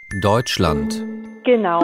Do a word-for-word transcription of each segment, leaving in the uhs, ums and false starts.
Deutschland. Genau.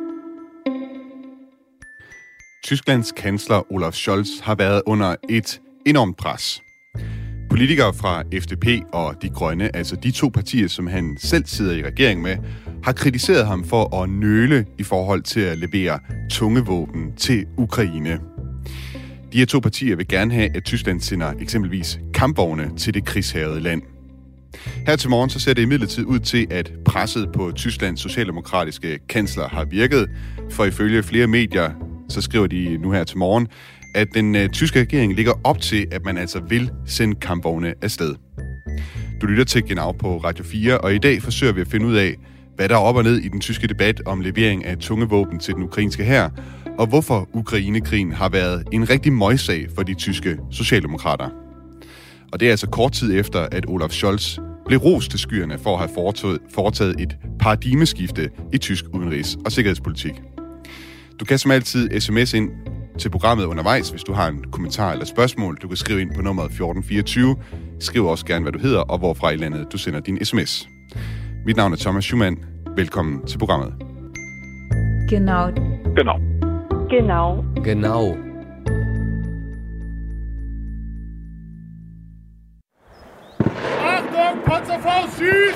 Tysklands kansler Olaf Scholz har været under et enormt pres. Politikere fra F D P og De Grønne, altså de to partier, som han selv sidder i regering med, har kritiseret ham for at nøle i forhold til at levere tunge våben til Ukraine. De her to partier vil gerne have, at Tyskland sender eksempelvis kampvogne til det krigshærgede land. Her til morgen så ser det imidlertid ud til, at presset på Tysklands socialdemokratiske kansler har virket, for ifølge flere medier, så skriver de nu her til morgen, at den uh, tyske regering ligger op til, at man altså vil sende kampvogne afsted. Du lytter til Genau på Radio fire, og i dag forsøger vi at finde ud af, hvad der er op og ned i den tyske debat om levering af tunge våben til den ukrainske hær, og hvorfor Ukrainekrigen har været en rigtig møgsag for de tyske socialdemokrater. Og det er altså kort tid efter, at Olaf Scholz blev rost til skyerne for at have foretaget, foretaget et paradigmeskifte i tysk udenrigs- og sikkerhedspolitik. Du kan som altid sms ind til programmet undervejs, hvis du har en kommentar eller spørgsmål. Du kan skrive ind på nummeret fjorten fireogtyve. Skriv også gerne, hvad du hedder, og hvorfra i landet du sender din sms. Mit navn er Thomas Schumann. Velkommen til programmet. Genau. Genau. Genau. Genau. Achtung, Panzerfaust, schieß!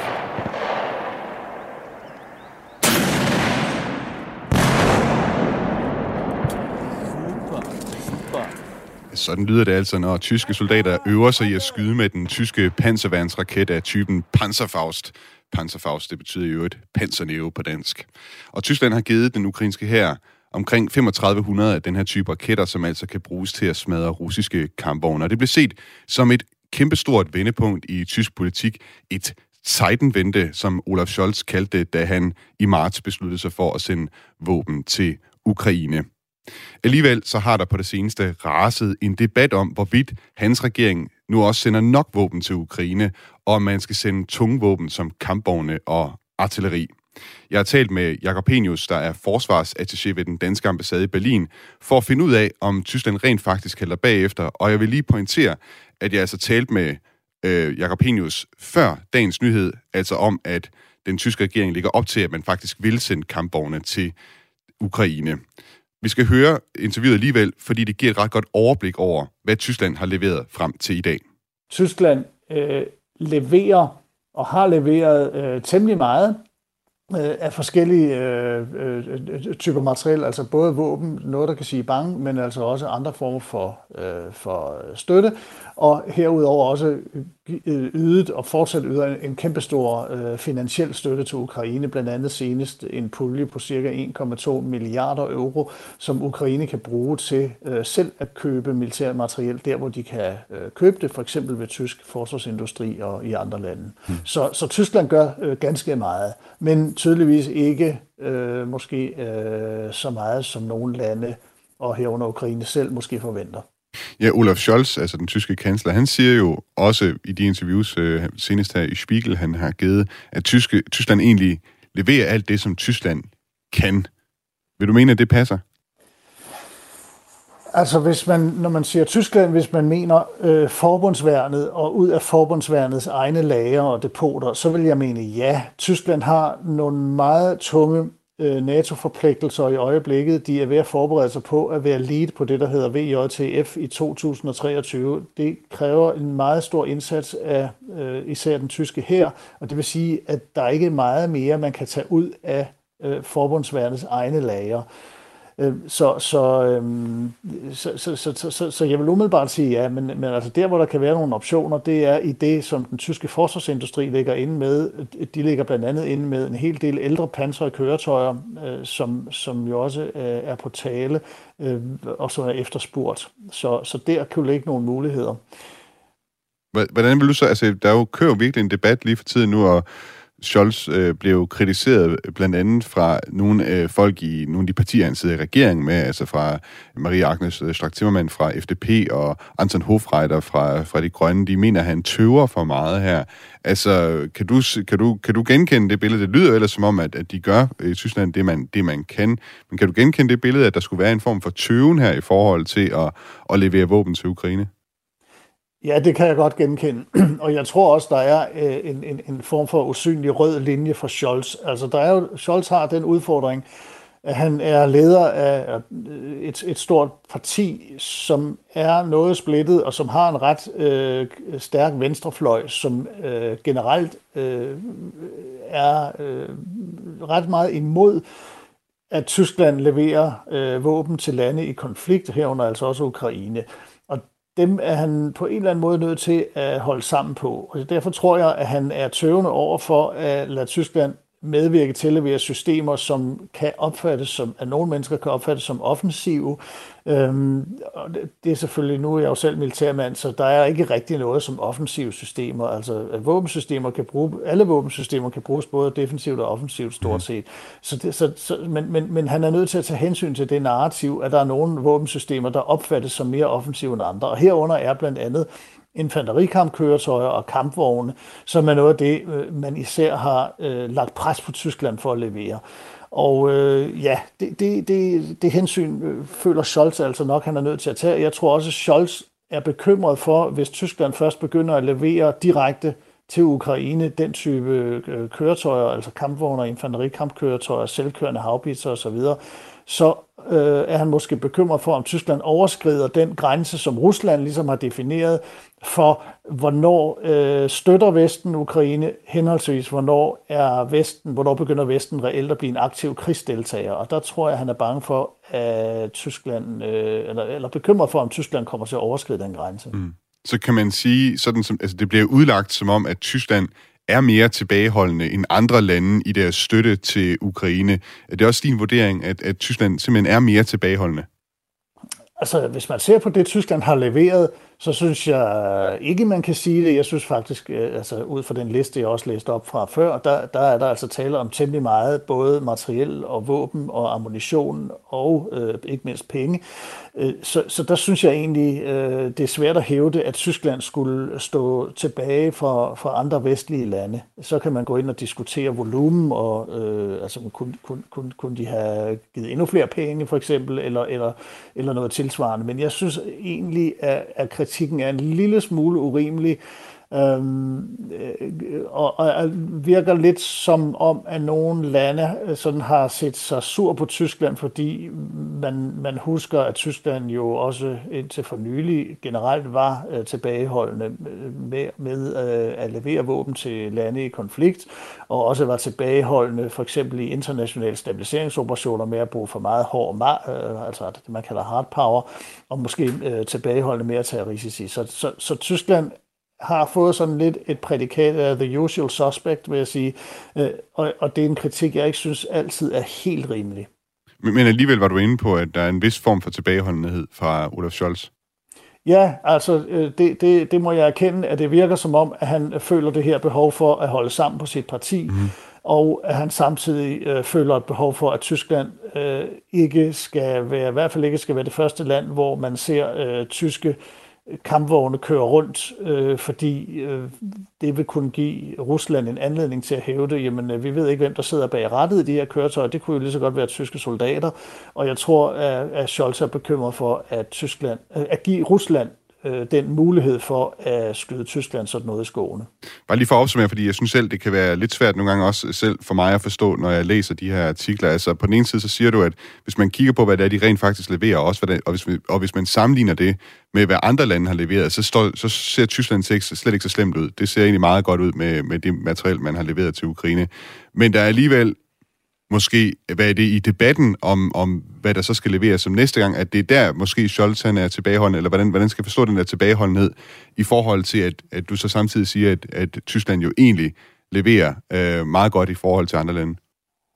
Sådan lyder det altså, når tyske soldater øver sig i at skyde med den tyske panserværnsraket af typen Panzerfaust. Panzerfaust, det betyder jo et pansernæve på dansk. Og Tyskland har givet den ukrainske hær omkring tredive hundrede af den her type raketter, som altså kan bruges til at smadre russiske kampvogne. Og det blev set som et kæmpestort vendepunkt i tysk politik. Et Zeitenwende, som Olaf Scholz kaldte det, da han i marts besluttede sig for at sende våben til Ukraine. Alligevel så har der på det seneste raset en debat om, hvorvidt hans regering nu også sender nok våben til Ukraine, og om man skal sende tunge våben som kampvogne og artilleri. Jeg har talt med Jakob Henius, der er forsvarsattaché ved den danske ambassade i Berlin, for at finde ud af, om Tyskland rent faktisk halter bagefter. Og jeg vil lige pointere, at jeg altså talte med øh, Jakob Henius før dagens nyhed, altså om, at den tyske regering ligger op til, at man faktisk vil sende kampvogne til Ukraine. Vi skal høre interviewet alligevel, fordi det giver et ret godt overblik over, hvad Tyskland har leveret frem til i dag. Tyskland øh, leverer og har leveret øh, temmelig meget øh, af forskellige øh, øh, typer materiel, altså både våben, noget der kan sige bang, men altså også andre former for, øh, for støtte, og herudover også ydet og fortsat yder en kæmpestor øh, finansiel støtte til Ukraine, blandt andet senest en pulje på cirka en komma to milliarder euro, som Ukraine kan bruge til øh, selv at købe militært materiel der, hvor de kan øh, købe det, for eksempel ved tysk forsvarsindustri og i andre lande. Hmm. Så, så Tyskland gør øh, ganske meget, men tydeligvis ikke øh, måske øh, så meget som nogle lande, og herunder Ukraine selv måske forventer. Ja, Olaf Scholz, altså den tyske kansler, han siger jo også i de interviews, øh, senest her i Spiegel, han har givet, at tyske, Tyskland egentlig leverer alt det, som Tyskland kan. Vil du mene, at det passer? Altså, hvis man, når man siger Tyskland, hvis man mener øh, forbundsværnet og ud af forbundsværnets egne lager og depoter, så vil jeg mene ja. Tyskland har nogle meget tunge NATO-forpligtelser i øjeblikket. De er ved at forberede sig på at være lead på det, der hedder V J T F i to tusind og treogtyve. Det kræver en meget stor indsats af øh, især den tyske hær, og det vil sige, at der ikke er meget mere, man kan tage ud af øh, forbundsværnets egne lager. Så, så, så, så, så, så, så jeg vil umiddelbart sige ja, men, men altså der, hvor der kan være nogle optioner, det er i det, som den tyske forsvarsindustri ligger inde med. De ligger blandt andet inde med en hel del ældre pansrede køretøjer, som, som jo også er på tale, og så er efterspurgt. Så, så der kan jo ligge nogle muligheder. Hvordan vil du så, altså der er jo kører virkelig en debat lige for tiden nu, og Scholz øh, blev kritiseret blandt andet fra nogle øh, folk i nogle af de partier, han sidder i regeringen med, altså fra Marie Agnes Strack-Zimmermann fra F D P og Anton Hofreiter fra, fra De Grønne. De mener, at han tøver for meget her. Altså, kan du, kan du, kan du genkende det billede? Det lyder ellers som om, at, at de gør i Tyskland det man, det, man kan. Men kan du genkende det billede, at der skulle være en form for tøven her i forhold til at, at levere våben til Ukraine? Ja, det kan jeg godt genkende. Og jeg tror også, der er en, en, en form for usynlig rød linje for Scholz. Altså, der er jo, Scholz har den udfordring, at han er leder af et, et stort parti, som er noget splittet, og som har en ret øh, stærk venstrefløj, som øh, generelt øh, er øh, ret meget imod, at Tyskland leverer øh, våben til lande i konflikt, herunder altså også Ukraine. Og dem er han på en eller anden måde nødt til at holde sammen på. Og derfor tror jeg, at han er tøvende over for at lade Tyskland medvirke til at levere systemer, som kan opfattes som, at nogle mennesker kan opfattes som offensive. Øhm, og det er selvfølgelig, nu er jeg jo selv militærmand, så der er ikke rigtig noget som offensive systemer. Altså at våbensystemer kan bruge, alle våbensystemer kan bruges både defensivt og offensivt stort set. Så det, så, så, men, men, men han er nødt til at tage hensyn til det narrativ, at der er nogle våbensystemer, der opfattes som mere offensive end andre. Og herunder er blandt andet infanterikampkøretøjer og kampvogne, som er noget af det, man især har øh, lagt pres på Tyskland for at levere. Og øh, ja, det, det, det, det hensyn øh, føler Scholz altså nok, han er nødt til at tage. Jeg tror også, at Scholz er bekymret for, hvis Tyskland først begynder at levere direkte til Ukraine den type øh, køretøjer, altså kampvogne, infanterikampkøretøjer, selvkørende haubitser osv., så øh, er han måske bekymret for, om Tyskland overskrider den grænse, som Rusland ligesom har defineret for, hvornår øh, støtter Vesten Ukraine, henholdsvis hvornår er Vesten, hvornår begynder Vesten reelt at blive en aktiv krigsdeltager. Og der tror jeg, han er bange for, at Tyskland, øh, eller, eller bekymret for, om Tyskland kommer til at overskride den grænse. Mm. Så kan man sige, sådan som, altså det bliver udlagt som om, at Tyskland er mere tilbageholdende end andre lande i deres støtte til Ukraine. Er det også din vurdering, at, at Tyskland simpelthen er mere tilbageholdende? Altså, hvis man ser på det, Tyskland har leveret, så synes jeg ikke, man kan sige det. Jeg synes faktisk, altså ud fra den liste, jeg også læste op fra før, der, der er der altså tale om temmelig meget, både materiel og våben og ammunition og øh, ikke mindst penge. Så, så der synes jeg egentlig, øh, det er svært at hævde, at Tyskland skulle stå tilbage fra, fra andre vestlige lande. Så kan man gå ind og diskutere volumen, og øh, altså, kunne, kunne, kunne, kunne de have givet endnu flere penge, for eksempel, eller, eller, eller noget tilsvarende. Men jeg synes egentlig, at, at kritikken er en lille smule urimelig, øhm, og, og virker lidt som om, at nogle lande sådan har set sig sur på Tyskland, fordi man, man husker, at Tyskland jo også indtil for nylig generelt var øh, tilbageholdende med, med øh, at levere våben til lande i konflikt, og også var tilbageholdende for eksempel i internationale stabiliseringsoperationer med at bruge for meget hård, øh, altså det man kalder hard power, og måske øh, tilbageholdende med at tage risici. Så, så, så Tyskland har fået sådan lidt et prædikat af the usual suspect, vil jeg sige, og, og det er en kritik, jeg ikke synes altid er helt rimelig. Men, men alligevel var du inde på, at der er en vis form for tilbageholdenhed fra Olaf Scholz. Ja, altså det, det, det må jeg erkende, at det virker som om, at han føler det her behov for at holde sammen på sit parti, mm. og at han samtidig øh, føler et behov for, at Tyskland øh, ikke skal være, i hvert fald ikke skal være det første land, hvor man ser øh, tyske kampvogne kører rundt, øh, fordi øh, det vil kunne give Rusland en anledning til at hævde, jamen øh, vi ved ikke, hvem der sidder bag rattet i de her køretøjer. Det kunne jo lige så godt være tyske soldater, og jeg tror, at, at Scholz er bekymret for, at Tyskland, øh, at give Rusland øh, den mulighed for at skyde Tyskland sådan noget i skoene. Bare lige for at opsummere, fordi jeg synes selv, det kan være lidt svært nogle gange også selv for mig at forstå, når jeg læser de her artikler. Altså på den ene side, så siger du, at hvis man kigger på, hvad det er, de rent faktisk leverer, også hvad det, og, hvis, og hvis man sammenligner det med, hvad andre lande har leveret, så, står, så ser Tyskland slet ikke så slemt ud. Det ser egentlig meget godt ud med, med det materiel, man har leveret til Ukraine. Men der er alligevel måske, hvad er det i debatten om, om, hvad der så skal leveres som næste gang, at det er der måske Scholz han er tilbageholdende, eller hvordan, hvordan skal jeg forstå den der tilbageholdenhed i forhold til, at, at du så samtidig siger, at, at Tyskland jo egentlig leverer øh, meget godt i forhold til andre lande?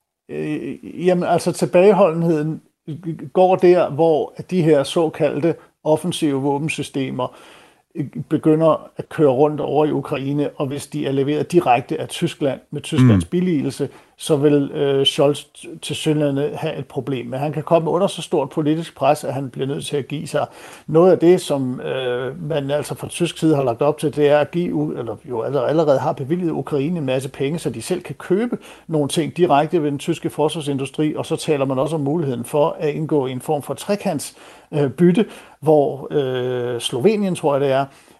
Øh, jamen altså tilbageholdenheden går der, hvor de her såkaldte offensive våbensystemer begynder at køre rundt over i Ukraine, og hvis de er leveret direkte af Tyskland med Tysklands mm. billigelse, så vil øh, Scholz tilsyneladende have et problem. Men han kan komme under så stort politisk pres, at han bliver nødt til at give sig. Noget af det, som øh, man altså fra tysk side har lagt op til, det er at give, eller jo allerede har bevilget Ukraine en masse penge, så de selv kan købe nogle ting direkte ved den tyske forsvarsindustri, og så taler man også om muligheden for at indgå i en form for trekantsbytte, øh, hvor øh, Slovenien, tror jeg det er,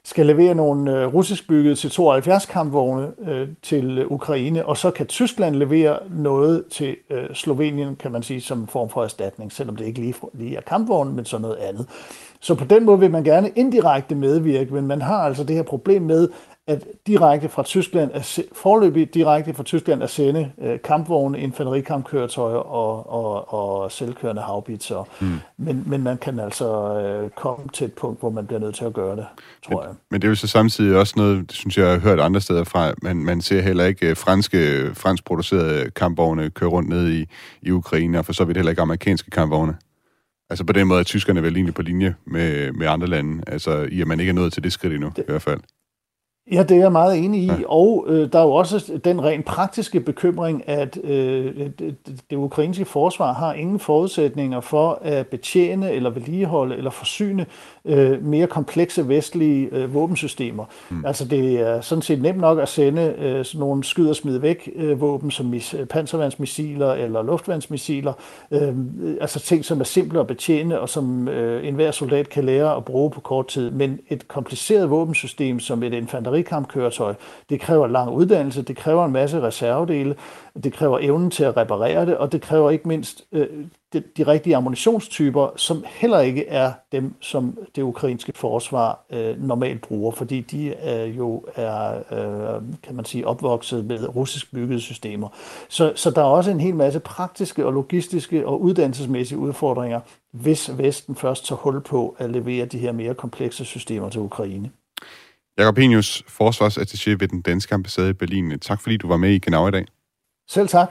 skal levere nogle øh, russiskbyggede T tooghalvfjerds kampvogne øh, til øh, Ukraine, og så kan Tyskland levere noget til øh, Slovenien, kan man sige, som en form for erstatning, selvom det ikke lige, lige er kampvogne, men så noget andet. Så på den måde vil man gerne indirekte medvirke, men man har altså det her problem med, at direkte fra Tyskland, at forløbig direkte fra Tyskland at sende øh, kampvogne, infanterikampkøretøjer og, og, og selvkørende haubitser. Mm. Men, men man kan altså øh, komme til et punkt, hvor man bliver nødt til at gøre det, tror men, jeg. Men det er jo så samtidig også noget, det synes jeg, jeg har hørt andre steder fra. Man, man ser heller ikke franske, fransk producerede kampvogne køre rundt ned i, i Ukraine, og for så vidt heller ikke amerikanske kampvogne. Altså på den måde er tyskerne vel egentlig på linje med, med andre lande, altså i at man ikke er nået til det skridt endnu, det, i hvert fald. Ja, det er jeg meget enig i, ja. og øh, der er jo også den rent praktiske bekymring, at øh, det, det ukrainske forsvar har ingen forudsætninger for at betjene eller vedligeholde eller forsyne øh, mere komplekse vestlige øh, våbensystemer. Mm. Altså det er sådan set nemt nok at sende øh, sådan nogle skyd og smid væk øh, våben som mis, panservandsmissiler eller luftvandsmissiler, øh, altså ting, som er simple at betjene og som øh, enhver soldat kan lære at bruge på kort tid. Men et kompliceret våbensystem som et infanteri kampkøretøj. Det kræver lang uddannelse, det kræver en masse reservedele, det kræver evnen til at reparere det, og det kræver ikke mindst øh, de, de rigtige ammunitionstyper, som heller ikke er dem, som det ukrainske forsvar øh, normalt bruger, fordi de øh, jo er, øh, kan man sige, opvokset med russisk byggede systemer. Så, så der er også en hel masse praktiske og logistiske og uddannelsesmæssige udfordringer, hvis Vesten først tager hul på at levere de her mere komplekse systemer til Ukraine. Jakob Henius, forsvarsattaché ved den danske ambassade i Berlin. Tak fordi du var med i Genau i dag. Selv tak.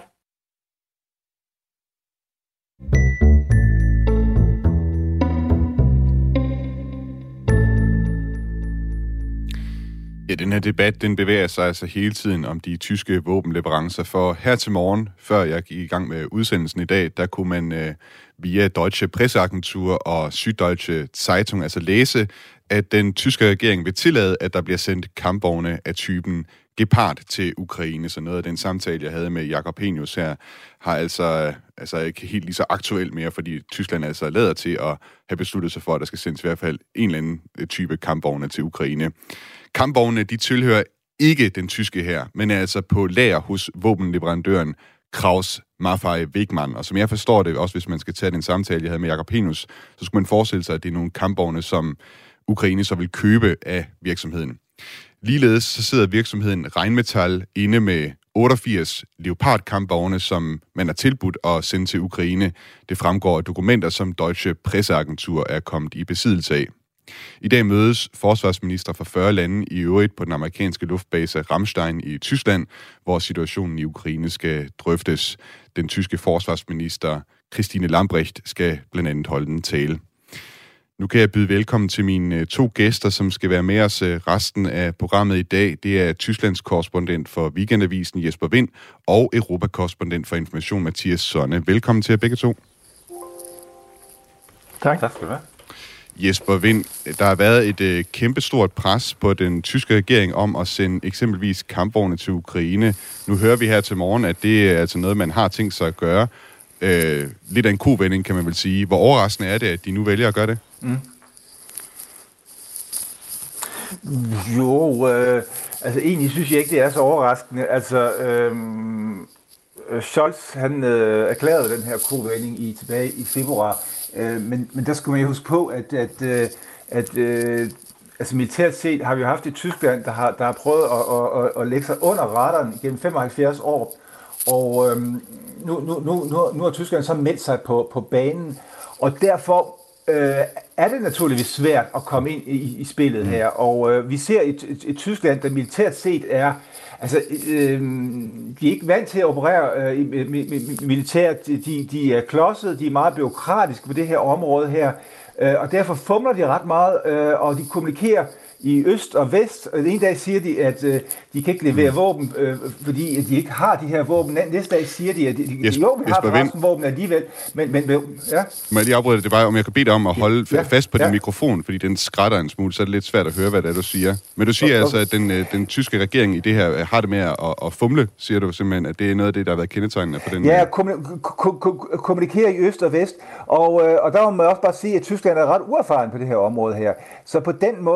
Ja, den her debat, den bevæger sig altså hele tiden om de tyske våbenleverancer, for her til morgen, før jeg gik i gang med udsendelsen i dag, der kunne man øh, via Deutsche Presseagentur og Süddeutsche Zeitung altså læse, at den tyske regering vil tillade, at der bliver sendt kampvogne af typen Gepard til Ukraine. Så noget af den samtale, jeg havde med Jakob Henius her, har altså, altså ikke helt lige så aktuelt mere, fordi Tyskland altså lader til at have besluttet sig for, at der skal sendes i hvert fald en eller anden type kampvogne til Ukraine. Kampvogne, de tilhører ikke den tyske hær, men er altså på lager hos våbenleverandøren Kraus Maffei Wegmann. Og som jeg forstår det, også hvis man skal tage den samtale, jeg havde med Jakob Henius, så skulle man forestille sig, at det er nogle kampvogne, som Ukraine så vil købe af virksomheden. Ligeledes så sidder virksomheden Rheinmetall inde med otteogfirs Leopard-kampvogne, som man har tilbudt at sende til Ukraine. Det fremgår af dokumenter, som Deutsche Presseagentur er kommet i besiddelse af. I dag mødes forsvarsminister fra fyrre lande i øvrigt på den amerikanske luftbase Ramstein i Tyskland, hvor situationen i Ukraine skal drøftes. Den tyske forsvarsminister Christine Lambrecht skal blandt andet holde en tale. Nu kan jeg byde velkommen til mine to gæster, som skal være med os resten af programmet i dag. Det er Tysklands korrespondent for Weekendavisen Jesper Wind og Europakorrespondent for Information Mathias Sonne. Velkommen til jer begge to. Tak. Tak skal du have. Jesper Wind, der har været et øh, kæmpestort pres på den tyske regering om at sende eksempelvis kampvogne til Ukraine. Nu hører vi her til morgen, at det er altså noget, man har tænkt sig at gøre. Øh, lidt af en kovending, kan man vel sige. Hvor overraskende er det, at de nu vælger at gøre det? Mm. Jo, øh, altså egentlig synes jeg ikke, det er så overraskende. Altså, øh, Scholz, han øh, erklærede den her kovending i tilbage i februar. Øh, men, men der skulle man jo huske på, at, at, at, at øh, altså militært set har vi jo haft et Tyskland, der har, der har prøvet at, at, at, at lægge sig under radaren gennem femoghalvfjerds år. Og øhm, nu, nu, nu, nu, nu har Tyskland så meldt sig på, på banen, og derfor øh, er det naturligvis svært at komme ind i, i spillet her. Og øh, vi ser et, et, et Tyskland, der militært set er, altså øh, de er ikke vant til at operere øh, militært, de, de er klodset, de er meget byråkratiske på det her område her, øh, og derfor fumler de ret meget, øh, og de kommunikerer i øst og vest, og den ene dag siger de, at øh, de kan ikke levere mm. våben, øh, fordi de ikke har de her våben. Næste dag siger de, at de, yes, jo, vi har forresten våben alligevel, men, men ja. Må jeg lige afbryde det bare, om jeg kan bede dig om at holde ja. fast på ja. din mikrofon, fordi den skrætter en smule, så er det lidt svært at høre, hvad det er, du siger. Men du siger okay. altså, at den, den tyske regering i det her har det med at, at fumle, siger du simpelthen, at det er noget af det, der har været kendetegnende for den. Ja, kommunikere i øst og vest, og, og der må man også bare sige, at Tyskland er ret uerfaren på det her område her. Så på den måde er det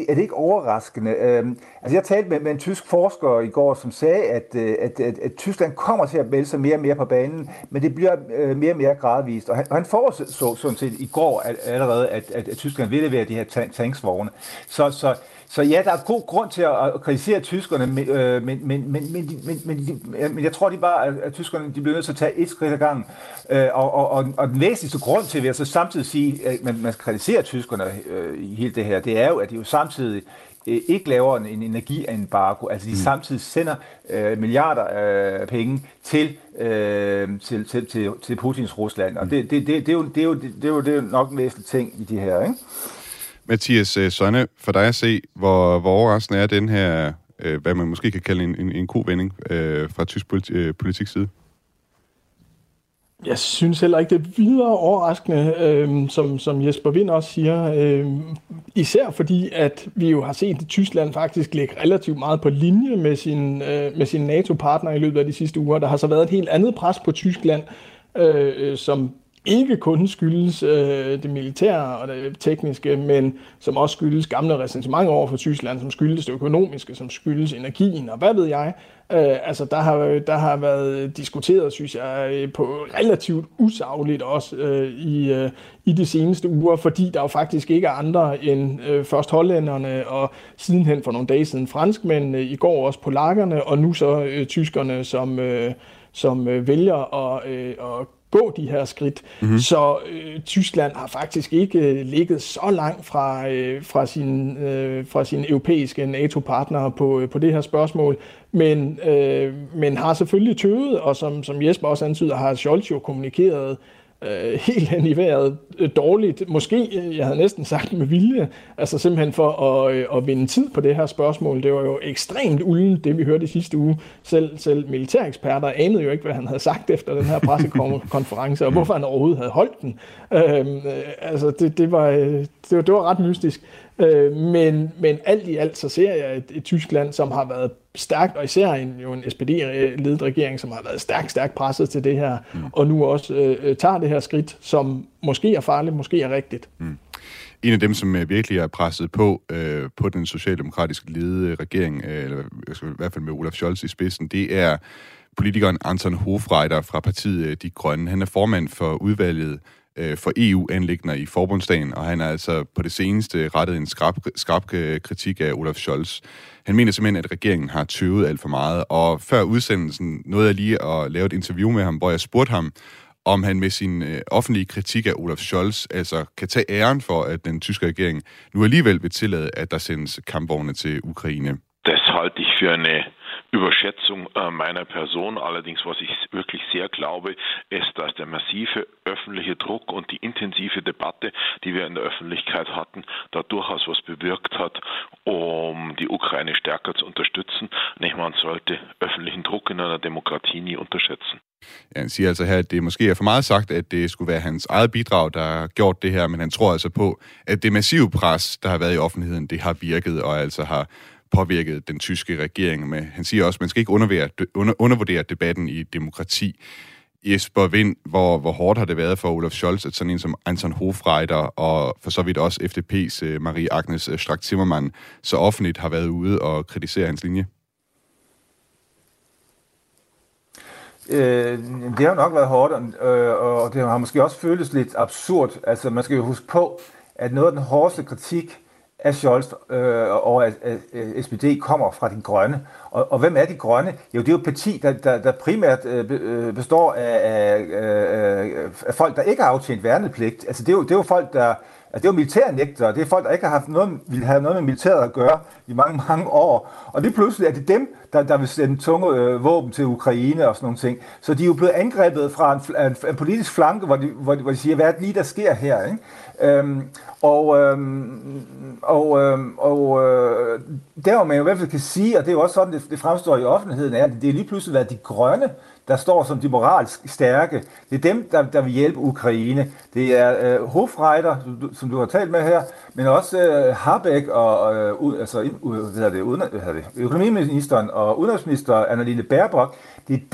ikke, er det ikke overraskende? Øhm, altså jeg talte med, med en tysk forsker i går, som sagde, at, at, at, at Tyskland kommer til at melde sig mere og mere på banen, men det bliver øh, mere og mere gradvist. Og han, og han forudså sådan set i går at, allerede, at, at, at Tyskland vil levere de her tanksvogne. Så, så, så ja, der er god grund til at, at kritisere tyskerne, men, øh, men, men, men, men, men, men, men jeg tror de bare, at, at tyskerne de bliver nødt til at tage et skridt ad gangen. Øh, og, og, og, og den væsentligste grund til, at jeg så samtidig sige, at man, man kritiserer tyskerne øh, i hele det her, det er jo, at de jo samtidig øh, ikke laver en, en energiembargo. Altså de mm. samtidig sender øh, milliarder af øh, penge til, øh, til, til, til, til Putins Rusland. Og det, det, det, det, er jo, det, er jo, det, er jo, det er jo nok en væsentlig ting i de her, ikke? Mathias Sonne, for dig at se, hvor, hvor overraskende er den her, øh, hvad man måske kan kalde en, en, en kovending øh, fra tysk politi- øh, politik side? Jeg synes heller ikke, det er videre overraskende, øh, som, som Jesper Wind også siger. Øh, især fordi, at vi jo har set, at Tyskland faktisk ligger relativt meget på linje med sin, øh, med sine NATO-partner i løbet af de sidste uger. Der har så været et helt andet pres på Tyskland, øh, som ikke kun skyldes øh, det militære og det tekniske, men som også skyldes gamle ressentimenter over for Tyskland, som skyldes det økonomiske, som skyldes energien, og hvad ved jeg. Øh, altså, der har, der har været diskuteret, synes jeg, på relativt usagligt også øh, i, øh, i de seneste uger, fordi der jo faktisk ikke er andre end øh, først hollænderne, og sidenhen for nogle dage siden franskmændene, i går også polakkerne, og nu så øh, tyskerne, som, øh, som øh, vælger at, øh, at gå de her skridt. Mm-hmm. Så øh, Tyskland har faktisk ikke øh, ligget så langt fra, øh, fra, sin, øh, fra sine europæiske NATO-partnere på, øh, på det her spørgsmål, men, øh, men har selvfølgelig tøvet, og som, som Jesper også antyder, har Scholz jo kommunikeret øh, helt hen i vejret øh, dårligt. Måske, jeg havde næsten sagt med vilje, altså simpelthen for at, øh, at vinde tid på det her spørgsmål. Det var jo ekstremt uldent, det vi hørte i sidste uge. Selv, selv militæreksperter anede jo ikke, hvad han havde sagt efter den her pressekonference, og hvorfor han overhovedet havde holdt den. Øh, øh, altså, det, det, var, det, var, det var ret mystisk. Øh, men, men alt i alt, så ser jeg et, et Tyskland, som har været stærkt, og især en, jo en S P D-ledet regering, som har været stærkt, stærkt presset til det her, mm. og nu også øh, tager det her skridt, som måske er farligt, måske er rigtigt. Mm. En af dem, som virkelig er presset på øh, på den socialdemokratiske ledede regering, øh, eller i hvert fald med Olaf Scholz i spidsen, det er politikeren Anton Hofreiter fra partiet De Grønne. Han er formand for udvalget for E U-anliggender i Forbundsdagen, og han har altså på det seneste rettet en skrab, skrab kritik af Olaf Scholz. Han mener simpelthen, at regeringen har tøvet alt for meget, og før udsendelsen nåede jeg lige at lave et interview med ham, hvor jeg spurgte ham, om han med sin øh, offentlige kritik af Olaf Scholz altså kan tage æren for, at den tyske regering nu alligevel vil tillade, at der sendes kampvogne til Ukraine. Das halte ich für eine Überschätzung äh, meiner Person. Allerdings, was ich wirklich sehr glaube, ist, dass der massive öffentliche Druck und die intensive Debatte, die wir in der Öffentlichkeit hatten, da durchaus was bewirkt hat, um die Ukraine stärker zu unterstützen. Nicht, man sollte öffentlichen Druck in einer Demokratie nie unterschätzen. Ja, han siger altså her, at det måske er for meget sagt, at det skulle være hans eget bidrag, der har gjort det her, men han tror altså på, at det massive pres, der har været i offentligheden, det har virket og altså har påvirket den tyske regering med. Han siger også, at man skal ikke undervurdere, under, undervurdere debatten i demokrati. Jesper Wind, hvor, hvor hårdt har det været for Olaf Scholz, at sådan en som Anton Hofreiter og for så vidt også F D P's uh, Marie-Agnes Strack-Zimmermann så offentligt har været ude og kritisere hans linje? Øh, det har jo nok været hårdt, og, og det har måske også føltes lidt absurd. Altså, man skal jo huske på, at noget af den hårdeste kritik af Scholz øh, og af, af S P D kommer fra de grønne. Og, og hvem er de grønne? Jo, det er jo et parti, der, der, der primært øh, består af, af, af, af folk, der ikke har aftjent værnepligt. Altså, det er jo, det er jo folk, der... Altså, det er jo militærnægtere. Det er folk, der ikke har haft noget, vil have noget med militæret at gøre i mange, mange år. Og det pludselig er det dem, der, der vil sende tunge øh, våben til Ukraine og sådan nogle ting. Så de er jo blevet angrebet fra en, en, en politisk flanke, hvor de, hvor, de, hvor de siger, hvad er det lige, der sker her? Ikke? Øhm, og øhm, og, øhm, og øh, der hvor man jo i hvert fald kan sige, og det er jo også sådan, det, det fremstår i offentligheden, er, at det er lige pludselig været de grønne, der står som de moralsk stærke. Det er dem, der, der vil hjælpe Ukraine. Det er øh, Hofreiter, som du har talt med her, men også øh, Habeck og øh, altså, uh, hvad det, uden, hvad det, økonomiministeren og udenrigsminister Annalene Baerbock. Det er dem,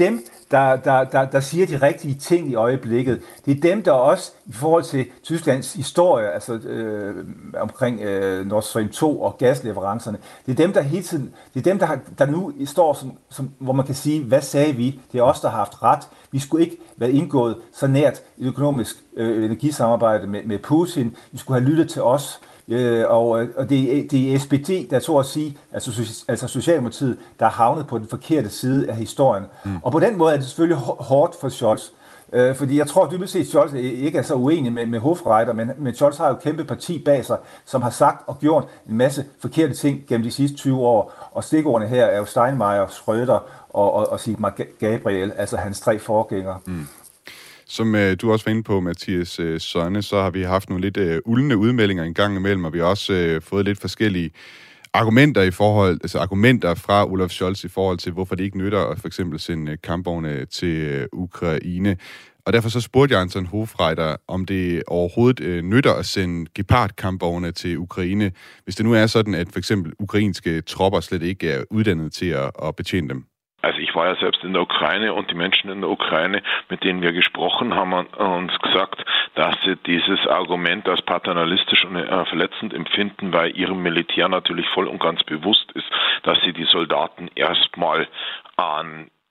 der, der, der, der siger de rigtige ting i øjeblikket. Det er dem, der også i forhold til Tysklands historie, altså øh, omkring øh, Nord Stream to og gasleverancerne, det er dem, der hele tiden, det er dem, der, har, der nu står, som, som, hvor man kan sige, hvad sagde vi? Det er os, der har haft ret. Vi skulle ikke være indgået så nært et økonomisk øh, energisamarbejde med, med Putin. Vi skulle have lyttet til os. Øh, og og det, er, det er S P D, der tror at sige, altså, altså Socialdemokratiet, der er havnet på den forkerte side af historien. Mm. Og på den måde er det selvfølgelig hårdt for Scholz. Øh, fordi jeg tror dybest set, Scholz ikke er så uenig med, med Hofreiter, men, men Scholz har jo et kæmpe parti bag sig, som har sagt og gjort en masse forkerte ting gennem de sidste tyve år. Og stikordene her er jo Steinmeier, Schröder og, og, og Sigmar Gabriel, altså hans tre forgængere. Mm. Som øh, du også var inde på, Mathias øh, Sonne, så har vi haft nogle lidt øh, uldne udmeldinger en gang imellem, og vi har også øh, fået lidt forskellige argumenter i forhold, altså argumenter fra Olaf Scholz i forhold til, hvorfor det ikke nytter at for eksempel sende kampvogne til øh, Ukraine. Og derfor så spurgte jeg Anton Hofreiter, om det overhovedet øh, nytter at sende Gepard-kampvogne til Ukraine, hvis det nu er sådan, at for eksempel ukrainske tropper slet ikke er uddannet til at, at betjene dem. Also ich war ja selbst in der Ukraine und die Menschen in der Ukraine, mit denen wir gesprochen haben, haben uns gesagt, dass sie dieses Argument als paternalistisch und äh, verletzend empfinden, weil ihrem Militär natürlich voll und ganz bewusst ist, dass sie die Soldaten erstmal an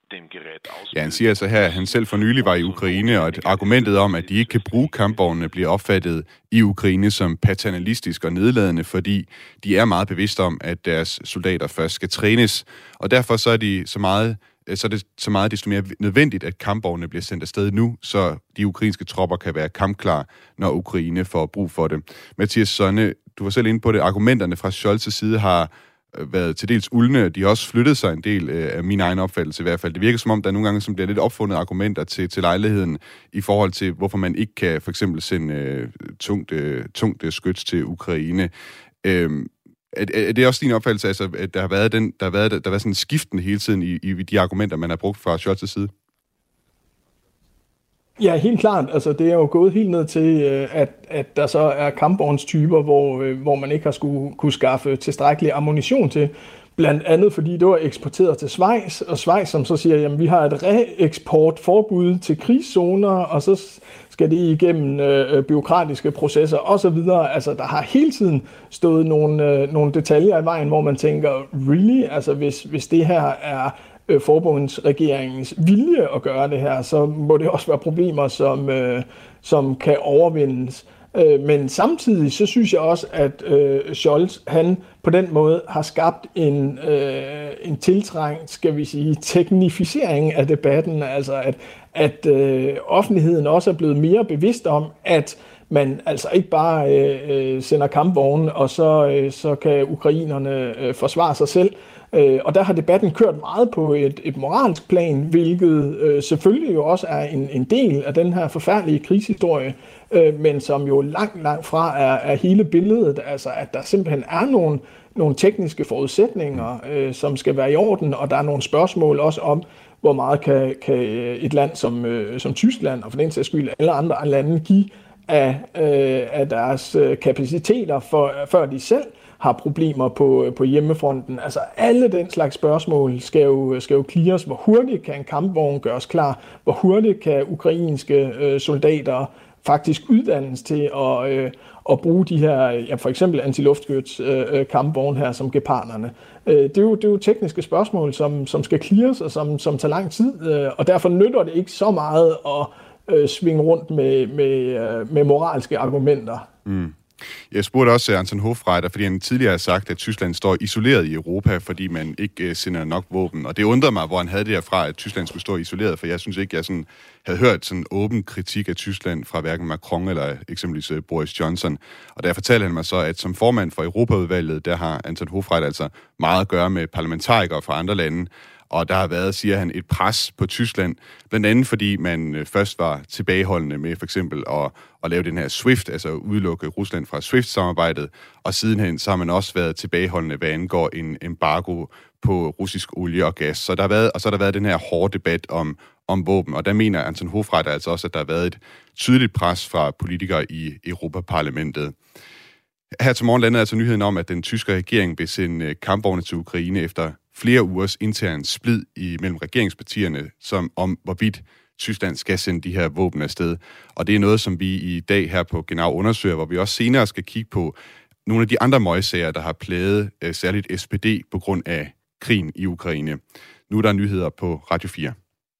Ja, han siger altså her, at han selv for nylig var i Ukraine, og at argumentet om, at de ikke kan bruge kampvognene, bliver opfattet i Ukraine som paternalistisk og nedladende, fordi de er meget bevidste om, at deres soldater først skal trænes. Og derfor så er, de så meget, så er det så meget desto mere nødvendigt, at kampvognene bliver sendt afsted nu, så de ukrainske tropper kan være kampklar, når Ukraine får brug for det. Mathias Sonne, du var selv inde på det. Argumenterne fra Scholz' side har været til dels uldne. De har også flyttet sig en del øh, af min egen opfattelse i hvert fald. Det virker som om, der er nogle gange som bliver lidt opfundet argumenter til, til lejligheden i forhold til, hvorfor man ikke kan for eksempel sende øh, tungt, øh, tungt øh, skyts til Ukraine. Øh, er, er det også din opfattelse, altså, at der har været, den, der har været, der har været sådan en skiften hele tiden i, i de argumenter, man har brugt fra Scholz' side? Ja, helt klart. Altså, det er jo gået helt ned til, at, at der så er kampvognstyper, hvor, hvor man ikke har skulle kunne skaffe tilstrækkelig ammunition til. Blandt andet, fordi det var eksporteret til Schweiz, og Schweiz, som så siger, jamen vi har et reeksportforbud til krigszoner, og så skal det igennem øh, byråkratiske processer osv. Altså, der har hele tiden stået nogle, øh, nogle detaljer i vejen, hvor man tænker, really? Altså, hvis, hvis det her er forbundsregeringens vilje at gøre det her, så må det også være problemer, som, øh, som kan overvindes. Øh, men samtidig så synes jeg også, at øh, Scholz, han på den måde har skabt en, øh, en tiltrængt, skal vi sige, teknificering af debatten, altså at, at øh, offentligheden også er blevet mere bevidst om, at man altså ikke bare øh, sender kampvogne, og så, øh, så kan ukrainerne øh, forsvare sig selv. Øh, og der har debatten kørt meget på et, et moralsk plan, hvilket øh, selvfølgelig jo også er en, en del af den her forfærdelige krigshistorie, øh, men som jo langt, langt fra er, er hele billedet. Altså at der simpelthen er nogle, nogle tekniske forudsætninger, øh, som skal være i orden, og der er nogle spørgsmål også om, hvor meget kan, kan et land som, øh, som Tyskland, og for den sags skyld alle andre lande, give af, øh, af deres kapaciteter, for, før de selv har problemer på, på hjemmefronten. Altså alle den slags spørgsmål skal jo, skal jo clears. Hvor hurtigt kan en kampvogn gøres klar? Hvor hurtigt kan ukrainske øh, soldater faktisk uddannes til at, øh, at bruge de her, ja, for eksempel antiluftskyts øh, kampvogne her som geparderne? Øh, det, er jo, det er jo tekniske spørgsmål, som, som skal clears, og som, som tager lang tid, øh, og derfor nytter det ikke så meget at øh, svinge rundt med, med, med moralske argumenter. Mm. Jeg spurgte også Anton Hofreiter, fordi han tidligere har sagt, at Tyskland står isoleret i Europa, fordi man ikke sender nok våben. Og det undrede mig, hvor han havde det herfra, at Tyskland skulle stå isoleret, for jeg synes ikke, jeg sådan havde hørt sådan åben kritik af Tyskland fra hverken Macron eller eksempelvis Boris Johnson. Og der fortalte han mig så, at som formand for Europaudvalget, der har Anton Hofreiter altså meget at gøre med parlamentarikere fra andre lande. Og der har været, siger han, et pres på Tyskland, blandt andet fordi man først var tilbageholdende med for eksempel at, at lave den her SWIFT, altså udelukke Rusland fra SWIFT-samarbejdet, og sidenhen så har man også været tilbageholdende, hvad angår en embargo på russisk olie og gas. Så der har været, og så har der været den her hårde debat om, om våben, og der mener Anton Hofreiter altså også, at der har været et tydeligt pres fra politikere i Europaparlamentet. Her til morgen landede altså nyheden om, at den tyske regering vil sende kampvogne til Ukraine efter flere ugers intern splid imellem regeringspartierne, som om hvorvidt Tyskland skal sende de her våben afsted. Og det er noget, som vi i dag her på Genau undersøger, hvor vi også senere skal kigge på nogle af de andre møgsager, der har plaget uh, særligt S P D på grund af krigen i Ukraine. Nu er der nyheder på Radio fire.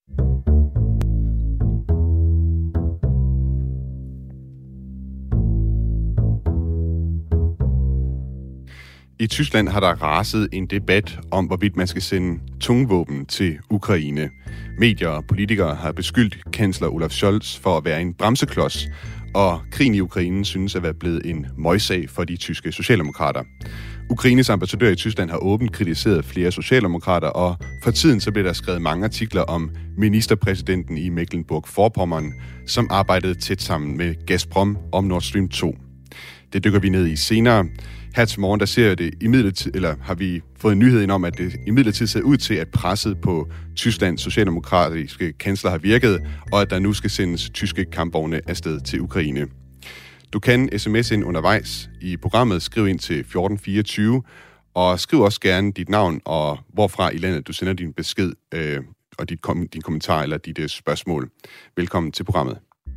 I Tyskland har der raset en debat om, hvorvidt man skal sende tungvåben til Ukraine. Medier og politikere har beskyldt kansler Olaf Scholz for at være en bremseklods, og krigen i Ukraine synes at være blevet en møgsag for de tyske socialdemokrater. Ukraines ambassadør i Tyskland har åbent kritiseret flere socialdemokrater, og for tiden så bliver der skrevet mange artikler om ministerpræsidenten i Mecklenburg-Vorpommern, som arbejdede tæt sammen med Gazprom om Nord Stream to. Det dykker vi ned i senere. Her til morgen, der ser det imidlertid, eller har vi fået en nyhed ind om, at det imidlertid ser ud til, at presset på Tysklands socialdemokratiske kansler har virket, og at der nu skal sendes tyske kampvogne afsted til Ukraine. Du kan sms'e ind undervejs i programmet, skriv ind til fjorten fireogtyve, og skriv også gerne dit navn og hvorfra i landet du sender din besked, øh, og dit kom- din kommentar eller dit øh, spørgsmål. Velkommen til programmet.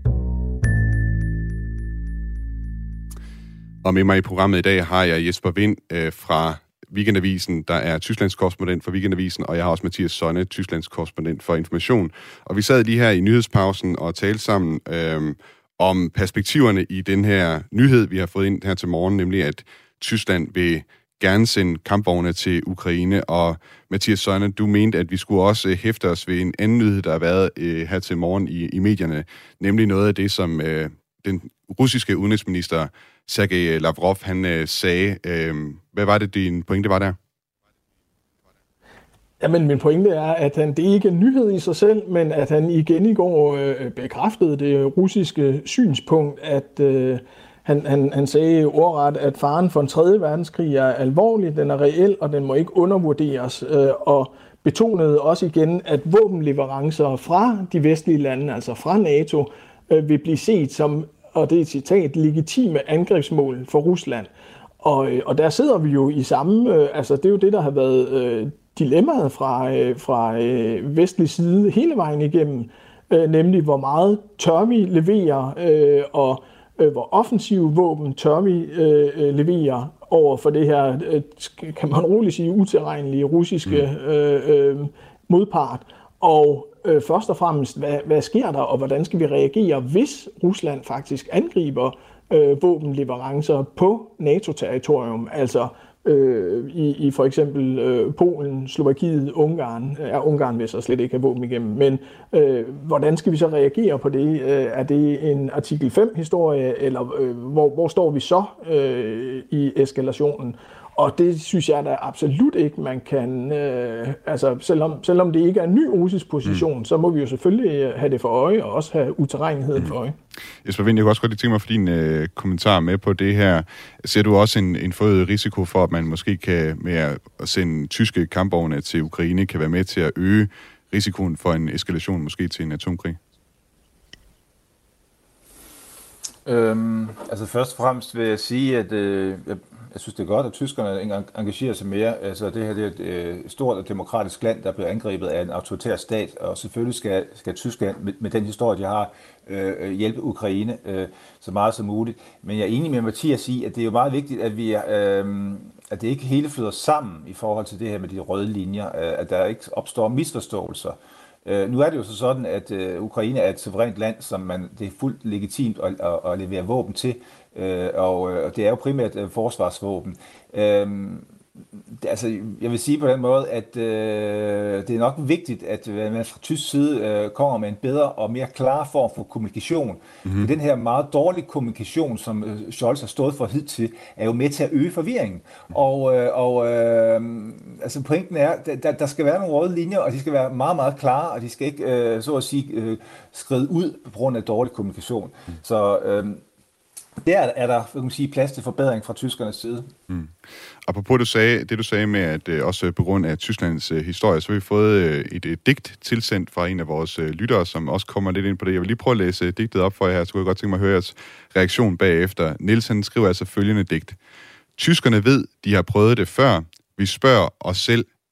Og med mig i programmet i dag har jeg Jesper Wind øh, fra Weekendavisen, der er Tysklands korrespondent for Weekendavisen, og jeg har også Mathias Sonne, Tysklands korrespondent for Information. Og vi sad lige her i nyhedspausen og talte sammen øh, om perspektiverne i den her nyhed, vi har fået ind her til morgen, nemlig at Tyskland vil gerne sende kampvogne til Ukraine. Og Mathias Sonne, du mente, at vi skulle også øh, hæfte os ved en anden nyhed, der har været øh, her til morgen i, i medierne, nemlig noget af det, som øh, den russiske udenrigsminister Sergej Lavrov, han øh, sagde. Øh, hvad var det, din pointe var der? Jamen, min pointe er, at han, det ikke er en nyhed i sig selv, men at han igen i går øh, bekræftede det russiske synspunkt, at øh, han, han, han sagde ordret, at faren for en tredje verdenskrig er alvorlig, den er reel, og den må ikke undervurderes, øh, og betonede også igen, at våbenleverancer fra de vestlige lande, altså fra NATO, øh, vil blive set som, og det er et citat, legitime angrebsmål for Rusland. Og, og der sidder vi jo i samme, øh, altså det er jo det, der har været øh, dilemmaet fra, øh, fra øh, vestlig side hele vejen igennem, øh, nemlig hvor meget tør vi levere, øh, og øh, hvor offensive våben tør vi øh, levere over for det her, øh, kan man roligt sige, utilregnelige russiske øh, øh, modpart. Og øh, først og fremmest, hvad, hvad sker der, og hvordan skal vi reagere, hvis Rusland faktisk angriber øh, våbenleverancer på NATO-territorium, altså øh, i, i for eksempel øh, Polen, Slovakiet, Ungarn. Ja, Ungarn vil så slet ikke have våben igennem, men øh, hvordan skal vi så reagere på det? Øh, er det en artikel fem-historie, eller øh, hvor, hvor står vi så øh, i eskalationen? Og det synes jeg da absolut ikke, man kan, øh, altså selvom, selvom det ikke er en ny russisk position, mm. så må vi jo selvfølgelig have det for øje, og også have utilregneligheden mm. for øje. Jesper Wind, jeg kunne også godt lige tænke mig for din øh, kommentar med på det her. Ser du også en, en forøget risiko for, at man måske kan med at sende tyske kampvogne til Ukraine, kan være med til at øge risikoen for en eskalation måske til en atomkrig? Øhm, altså først og fremmest vil jeg sige, at øh, jeg, jeg synes, det er godt, at tyskerne engagerer sig mere. Altså det her det er et øh, stort og demokratisk land, der bliver angrebet af en autoritær stat, og selvfølgelig skal, skal Tyskland med, med den historie, de har, øh, hjælpe Ukraine øh, så meget som muligt. Men jeg er enig med Mathias i, at det er jo meget vigtigt, at vi øh, at det ikke hele flyder sammen i forhold til det her med de røde linjer, øh, at der ikke opstår misforståelser. Uh, nu er det jo så sådan, at uh, Ukraine er et suverænt land, som man, det er fuldt legitimt at, at, at levere våben til, uh, og, og det er jo primært uh, forsvarsvåben. Uh, altså, jeg vil sige på den måde, at uh, det er nok vigtigt, at uh, man fra tysk side uh, kommer med en bedre og mere klar form for kommunikation. Mm-hmm. Den her meget dårlige kommunikation, som uh, Scholz har stået for hidtil, er jo med til at øge forvirringen. Mm-hmm. Og, uh, og uh, altså pointen er, at der, der skal være nogle røde linjer, og de skal være meget, meget klare, og de skal ikke, uh, så at sige, uh, skride ud på grund af dårlig kommunikation. Mm. Så uh, der er der, kan man sige, plads til forbedring fra tyskernes side. Mm. Apropos du sagde, det du sagde med, at øh, også på grund af Tysklands øh, historie, så har vi fået øh, et, et digt tilsendt fra en af vores øh, lyttere, som også kommer lidt ind på det. Jeg vil lige prøve at læse øh, digtet op for jer her, så kunne jeg godt tænke mig at høre jeres reaktion bagefter. Niels, han skriver altså følgende digt. Tyskerne ved, de har prøvet det før. Vi spørger os selv,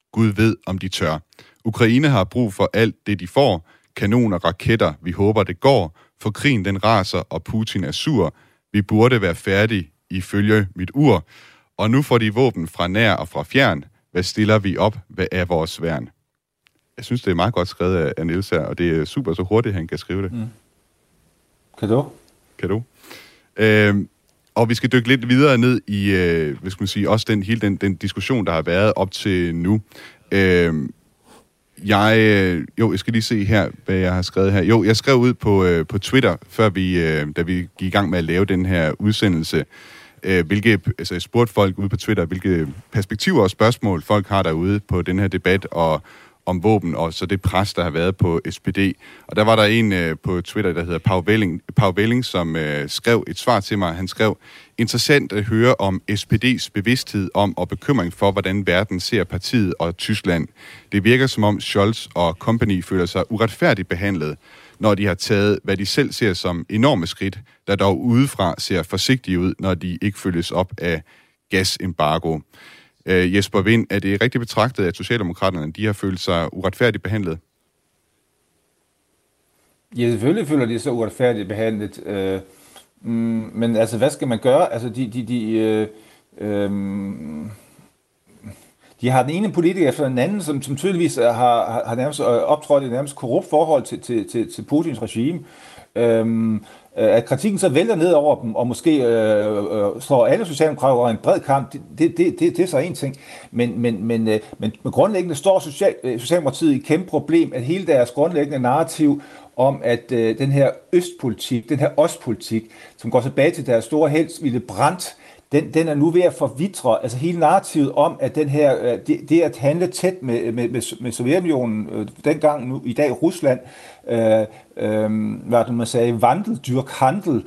Gud ved, om de tør. Ukraine har brug for alt det, de får. Kanoner, raketter, vi håber, det går. For krigen, den raser, og Putin er sur. Vi burde være færdige ifølge mit ur. Og nu får de våben fra nær og fra fjern. Hvad stiller vi op? Hvad er vores værn? Jeg synes, det er meget godt skrevet af Niels her, og det er super så hurtigt, han kan skrive det. Mm. Kan du? Kan du? Øhm, og vi skal dykke lidt videre ned i, øh, hvad skal man sige, også den, hele den, den diskussion, der har været op til nu. Øhm, jeg, øh, jo, jeg skal lige se her, hvad jeg har skrevet her. Jo, jeg skrev ud på, øh, på Twitter, før vi, øh, da vi gik i gang med at lave den her udsendelse, øh, hvilke, altså jeg spurgte folk ude på Twitter, hvilke perspektiver og spørgsmål folk har derude på den her debat, og om våben, og så det pres, der har været på S P D. Og der var der en øh, på Twitter, der hedder Pau Velling, Pau Velling som øh, skrev et svar til mig. Han skrev, interessant at høre om S P D's bevidsthed om og bekymring for, hvordan verden ser partiet og Tyskland. Det virker som om Scholz og company føler sig uretfærdigt behandlet, når de har taget, hvad de selv ser som enorme skridt, der dog udefra ser forsigtige ud, når de ikke følges op af gasembargo. Uh, Jesper Wind, er det rigtigt betragtet, at Socialdemokraterne de har følt sig uretfærdigt behandlet? Ja, selvfølgelig føler de sig uretfærdigt behandlet. Uh, mm, men altså, hvad skal man gøre? Altså, de, de, de, uh, um, de har den ene politiker efter den anden, som, som tydeligvis har, har nærmest optrådt i et nærmest korrupt forhold til, til, til, til Putins regime. Um, at kritikken så vælter ned over dem, og måske øh, øh, slår alle socialdemokrater over en bred kamp, det, det, det, det er så en ting. Men, men, men, øh, men, men grundlæggende står social, øh, Socialdemokratiet i et kæmpe problem, at hele deres grundlæggende narrativ om, at øh, den her østpolitik, den her ostpolitik, som går tilbage til deres store helt, Willy Brandt, Den, den er nu ved at forvitre, altså hele narrativet om, at den her, det, det at handle tæt med, med, med, med Sovjetunionen, øh, dengang nu, i dag Rusland, øh, øh, hvad det man sagde, vandel, dyrk, handel,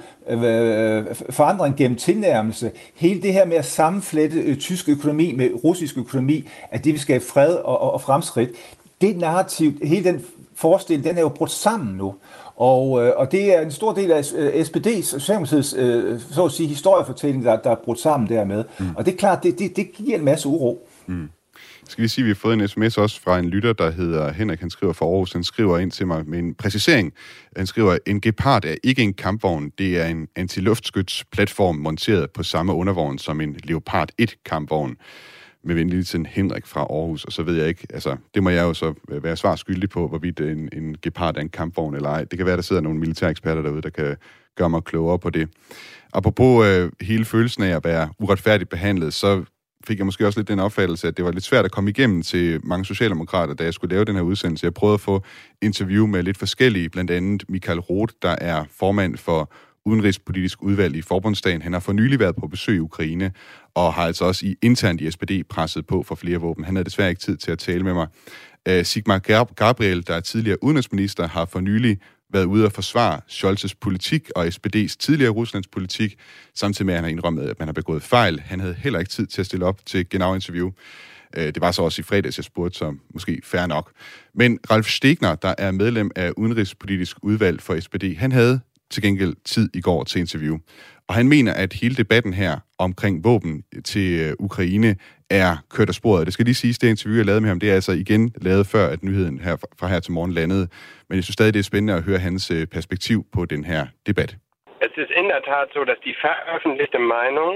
øh, forandring gennem tilnærmelse, hele det her med at sammenflette øh, tysk økonomi med russisk økonomi, at det vil skabe fred og, og, og fremskridt, det narrativ, hele den forestilling, den er jo brudt sammen nu. Og, øh, og det er en stor del af øh, S P D's, Socialdemokratiets, øh, så at sige, historiefortælling, der, der er brudt sammen dermed. Mm. Og det er klart, det, det, det giver en masse uro. Mm. Skal vi sige, at vi har fået en sms også fra en lytter, der hedder Henrik, han skriver fra Aarhus, han skriver ind til mig med en præcisering. Han skriver, en Gepard er ikke en kampvogn, det er en antiluftskytsplatform monteret på samme undervogn som en Leopard et kampvogn. Med venlig til Henrik fra Aarhus, og så ved jeg ikke, altså, det må jeg jo så være svar skyldig på, hvorvidt en, en Gepard er en kampvogn eller ej. Det kan være, der sidder nogle militære eksperter derude, der kan gøre mig klogere på det. Apropos øh, hele følelsen af at være uretfærdigt behandlet, så fik jeg måske også lidt den opfattelse, at det var lidt svært at komme igennem til mange socialdemokrater, da jeg skulle lave den her udsendelse. Jeg prøvede at få interview med lidt forskellige, blandt andet Michael Roth, der er formand for udenrigspolitisk udvalg i Forbundsdagen. Han har for nylig været på besøg i Ukraine, og har altså også i internt i S P D presset på for flere våben. Han havde desværre ikke tid til at tale med mig. Uh, Sigmar Gabriel, der er tidligere udenrigsminister, har for nylig været ude og forsvare Scholz's politik og S P D's tidligere Ruslands politik, samtidig med, at han har indrømmet, at man har begået fejl. Han havde heller ikke tid til at stille op til Genau-interview. Uh, det var så også i fredags, jeg spurgte, så måske fair nok. Men Ralf Stegner, der er medlem af udenrigspolitisk udvalg for S P D, han havde til gengæld tid i går til interview. Og han mener, at hele debatten her omkring våben til Ukraine er kørt af sporet. Det skal lige siges, det interview, jeg lavede med ham, det er altså igen lavet før, at nyheden her, fra her til morgen landede. Men jeg synes stadig, det er spændende at høre hans perspektiv på den her debat. Es ist in der Tat so, dass die veröffentlichte Meinung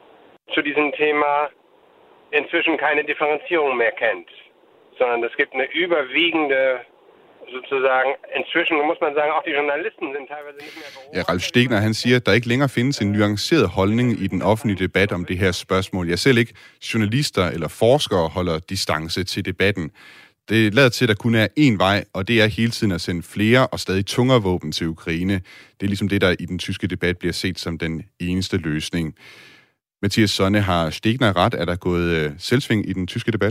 zu diesem Thema inzwischen keine Differenzierung mehr kennt, sondern es gibt eine überwiegende sozusagen, inzwischen muss man sagen, auch die Journalisten sind teilweise nicht mehr beruhigt. Ja, Ralf Stegner, han siger, at der ikke længere findes en nuanceret holdning i den offentlige debat om det her spørgsmål. Jeg selv ikke journalister eller forskere holder distance til debatten. Det lader til, at der kun er én vej, og det er hele tiden at sende flere og stadig tungere våben til Ukraine. Det er ligesom det, der i den tyske debat bliver set som den eneste løsning. Mathias Sonne, har Stegner ret? Er der gået selvsving i den tyske debat?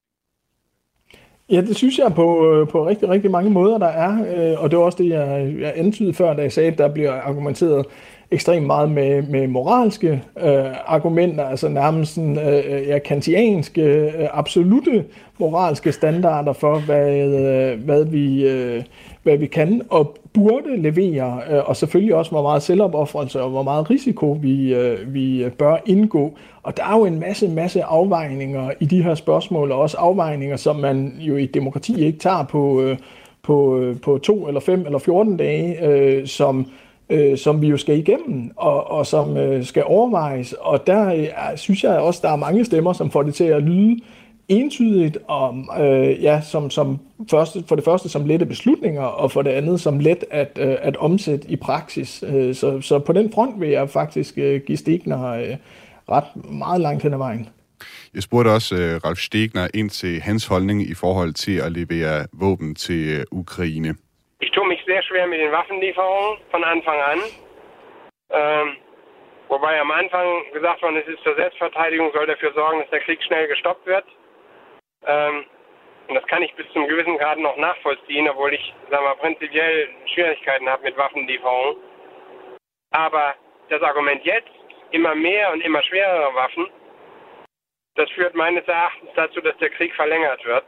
Ja, det synes jeg på, på rigtig, rigtig mange måder, der er. Og det var også det, jeg, jeg antydede før, da jeg sagde, at der bliver argumenteret ekstremt meget med, med moralske øh, argumenter, altså nærmest sådan, øh, ja, kantianske, øh, absolute moralske standarder for, hvad, øh, hvad, vi, øh, hvad vi kan og burde levere, øh, og selvfølgelig også, hvor meget selvopofrelse og hvor meget risiko vi, øh, vi bør indgå. Og der er jo en masse, masse afvejninger i de her spørgsmål, og også afvejninger, som man jo i et demokrati ikke tager på, øh, på, øh, på to eller fem eller fjorten dage, øh, som Øh, som vi jo skal igennem, og, og som øh, skal overvejes. Og der øh, synes jeg også, der er mange stemmer, som får det til at lyde entydigt, og øh, ja, som, som første, for det første som lette beslutninger, og for det andet som let at, øh, at omsætte i praksis. Øh, så, så på den front vil jeg faktisk øh, give Stegner øh, ret meget langt hen ad vejen. Jeg spurgte også uh, Ralf Stegner ind til hans holdning i forhold til at levere våben til uh, Ukraine. Ich tue mich sehr schwer mit den Waffenlieferungen von Anfang an. Ähm, wobei am Anfang gesagt worden ist, es ist zur Selbstverteidigung, soll dafür sorgen, dass der Krieg schnell gestoppt wird. Ähm, und das kann ich bis zum gewissen Grad noch nachvollziehen, obwohl ich, sagen wir, prinzipiell Schwierigkeiten habe mit Waffenlieferungen. Aber das Argument jetzt, immer mehr und immer schwerere Waffen, das führt meines Erachtens dazu, dass der Krieg verlängert wird.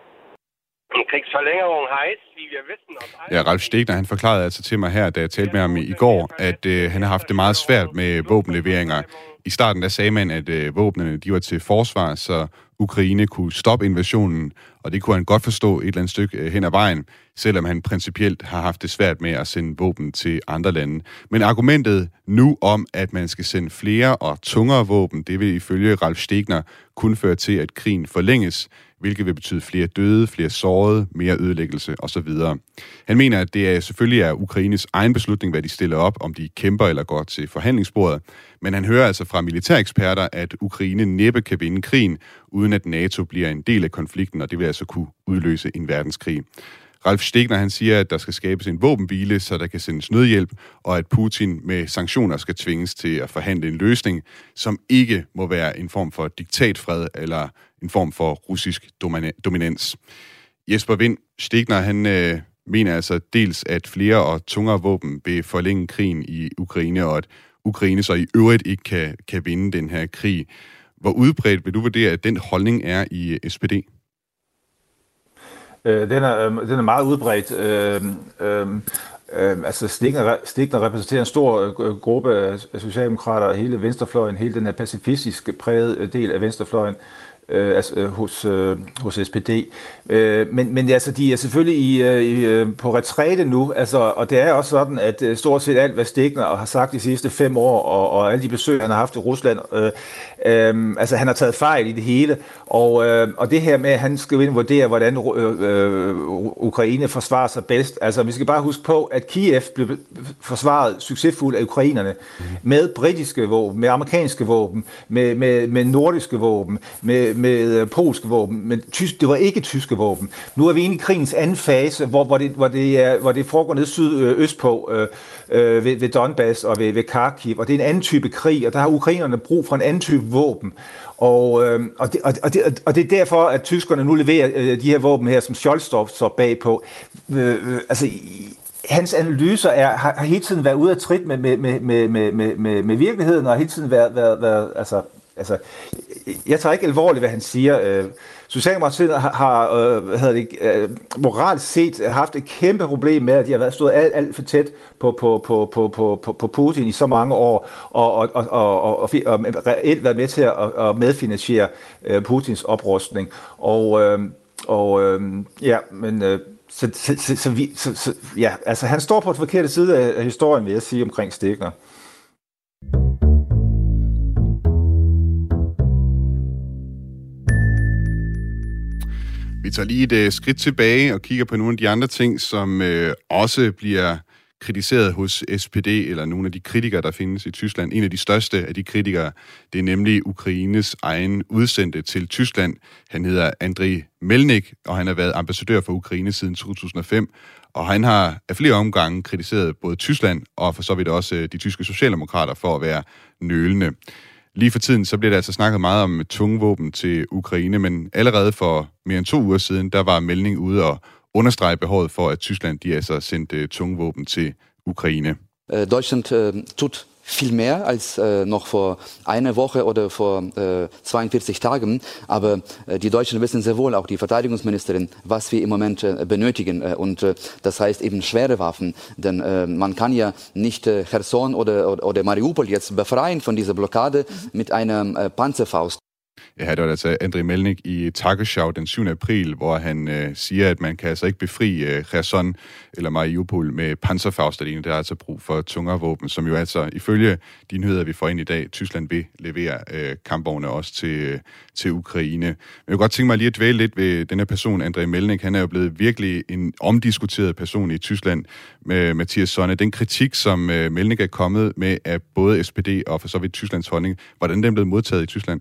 En krigsforlængerung heißt, wie wir wissen... Ja, Ralf Stegner, han forklarede altså til mig her, da jeg talte med ham i går, at øh, han har haft det meget svært med våbenleveringer. I starten der sagde man, at øh, våbnene de var til forsvar, så Ukraine kunne stoppe invasionen, og det kunne han godt forstå et eller andet stykke øh, hen ad vejen, selvom han principielt har haft det svært med at sende våben til andre lande. Men argumentet nu om, at man skal sende flere og tungere våben, det vil ifølge Ralf Stegner kun føre til, at krigen forlænges, hvilket vil betyde flere døde, flere sårede, mere ødelæggelse osv. Han mener, at det er selvfølgelig er Ukraines egen beslutning, hvad de stiller op, om de kæmper eller går til forhandlingsbordet, men han hører altså fra militæreksperter, at Ukraine næppe kan vinde krigen, uden at NATO bliver en del af konflikten, og det vil altså kunne udløse en verdenskrig. Ralf Stegner, han siger, at der skal skabes en våbenhvile, så der kan sendes nødhjælp, og at Putin med sanktioner skal tvinges til at forhandle en løsning, som ikke må være en form for diktatfred eller en form for russisk dominans. Jesper Wind, Stegner, han øh, mener altså dels, at flere og tungere våben vil forlænge krigen i Ukraine, og at Ukraine så i øvrigt ikke kan, kan vinde den her krig. Hvor udbredt vil du vurdere, at den holdning er i S P D? Øh, den, er, øh, den er meget udbredt. Øh, øh, øh, altså Stegner, Stegner repræsenterer en stor øh, gruppe af socialdemokrater, hele venstrefløjen, hele den her pacifistiske prægede del af venstrefløjen, Øh, altså, øh, hos, øh, hos S P D. Øh, men, men altså, de er selvfølgelig i, øh, på retræte nu, altså, og det er også sådan, at øh, stort set alt, hvad Stegner har sagt de sidste fem år, og, og alle de besøg, han har haft i Rusland, øh, øh, altså han har taget fejl i det hele, og, øh, og det her med, at han skal vurdere, hvordan øh, øh, Ukraine forsvarer sig bedst, altså vi skal bare huske på, at Kiev blev forsvaret succesfuldt af ukrainerne, mm. med britiske våben, med amerikanske våben, med, med, med nordiske våben, med med polske våben, men tysk, det var ikke tyske våben. Nu er vi inde i krigens anden fase, hvor, hvor, det, hvor, det, er, hvor det foregår ned syd-øst på øh, øh, ved, ved Donbass og ved, ved Kharkiv, og det er en anden type krig, og der har ukrainerne brug for en anden type våben. Og, øh, og, det, og, det, og det er derfor, at tyskerne nu leverer øh, de her våben her, som Scholz står bagpå. Øh, øh, altså, hans analyser er, har, har hele tiden været ude af trit med, med, med, med, med, med, med virkeligheden, og har hele tiden været, været, været altså, Altså, jeg tager ikke alvorligt, hvad han siger. Socialdemokratiet har, har øh, det, øh, moralsk set haft et kæmpe problem med, at de har været stået alt, alt for tæt på, på, på, på, på, på Putin i så mange år, og, og, og, og, og, og reelt været med til at, at medfinansiere øh, Putins oprustning. Og, øh, og øh, ja, men... Øh, så, så, så, så, vi, så, så ja, altså han står på den forkerte side af historien, vil jeg sige, omkring Stegner. Vi tager lige et uh, skridt tilbage og kigger på nogle af de andre ting, som uh, også bliver kritiseret hos S P D, eller nogle af de kritikere, der findes i Tyskland. En af de største af de kritikere, det er nemlig Ukraines egen udsendte til Tyskland. Han hedder Andriy Melnik, og han har været ambassadør for Ukraine siden to tusind og fem. Og han har af flere omgange kritiseret både Tyskland og for så vidt også uh, de tyske socialdemokrater for at være nølende. Lige for tiden, så bliver der altså snakket meget om tunge våben til Ukraine, men allerede for mere end to uger siden, der var melding ude og understrege behovet for, at Tyskland de altså sendte tunge våben til Ukraine. Deutschland uh, tut viel mehr als äh, noch vor einer Woche oder vor äh, zweiundvierzig Tagen. Aber äh, die Deutschen wissen sehr wohl, auch die Verteidigungsministerin, was wir im Moment äh, benötigen. Äh, und äh, das heißt eben schwere Waffen. Denn äh, man kann ja nicht äh, Cherson oder, oder, oder Mariupol jetzt befreien von dieser Blockade mit einer äh, Panzerfaust. Ja, det var altså Andriy Melnik i Tagesschau den syvende april, hvor han øh, siger, at man kan altså ikke befri øh, Kherson eller Mariupol med panserfaust alene. Der er altså brug for tungere våben, som jo altså ifølge de nyheder, vi får ind i dag, Tyskland vil levere øh, kampvogne også til, øh, til Ukraine. Men jeg kunne godt tænke mig lige at dvæle lidt ved den her person, Andriy Melnik. Han er jo blevet virkelig en omdiskuteret person i Tyskland med Mathias Sonne. Den kritik, som øh, Melnik er kommet med af både S P D og for så vidt Tysklands holdning, hvordan den er blevet modtaget i Tyskland?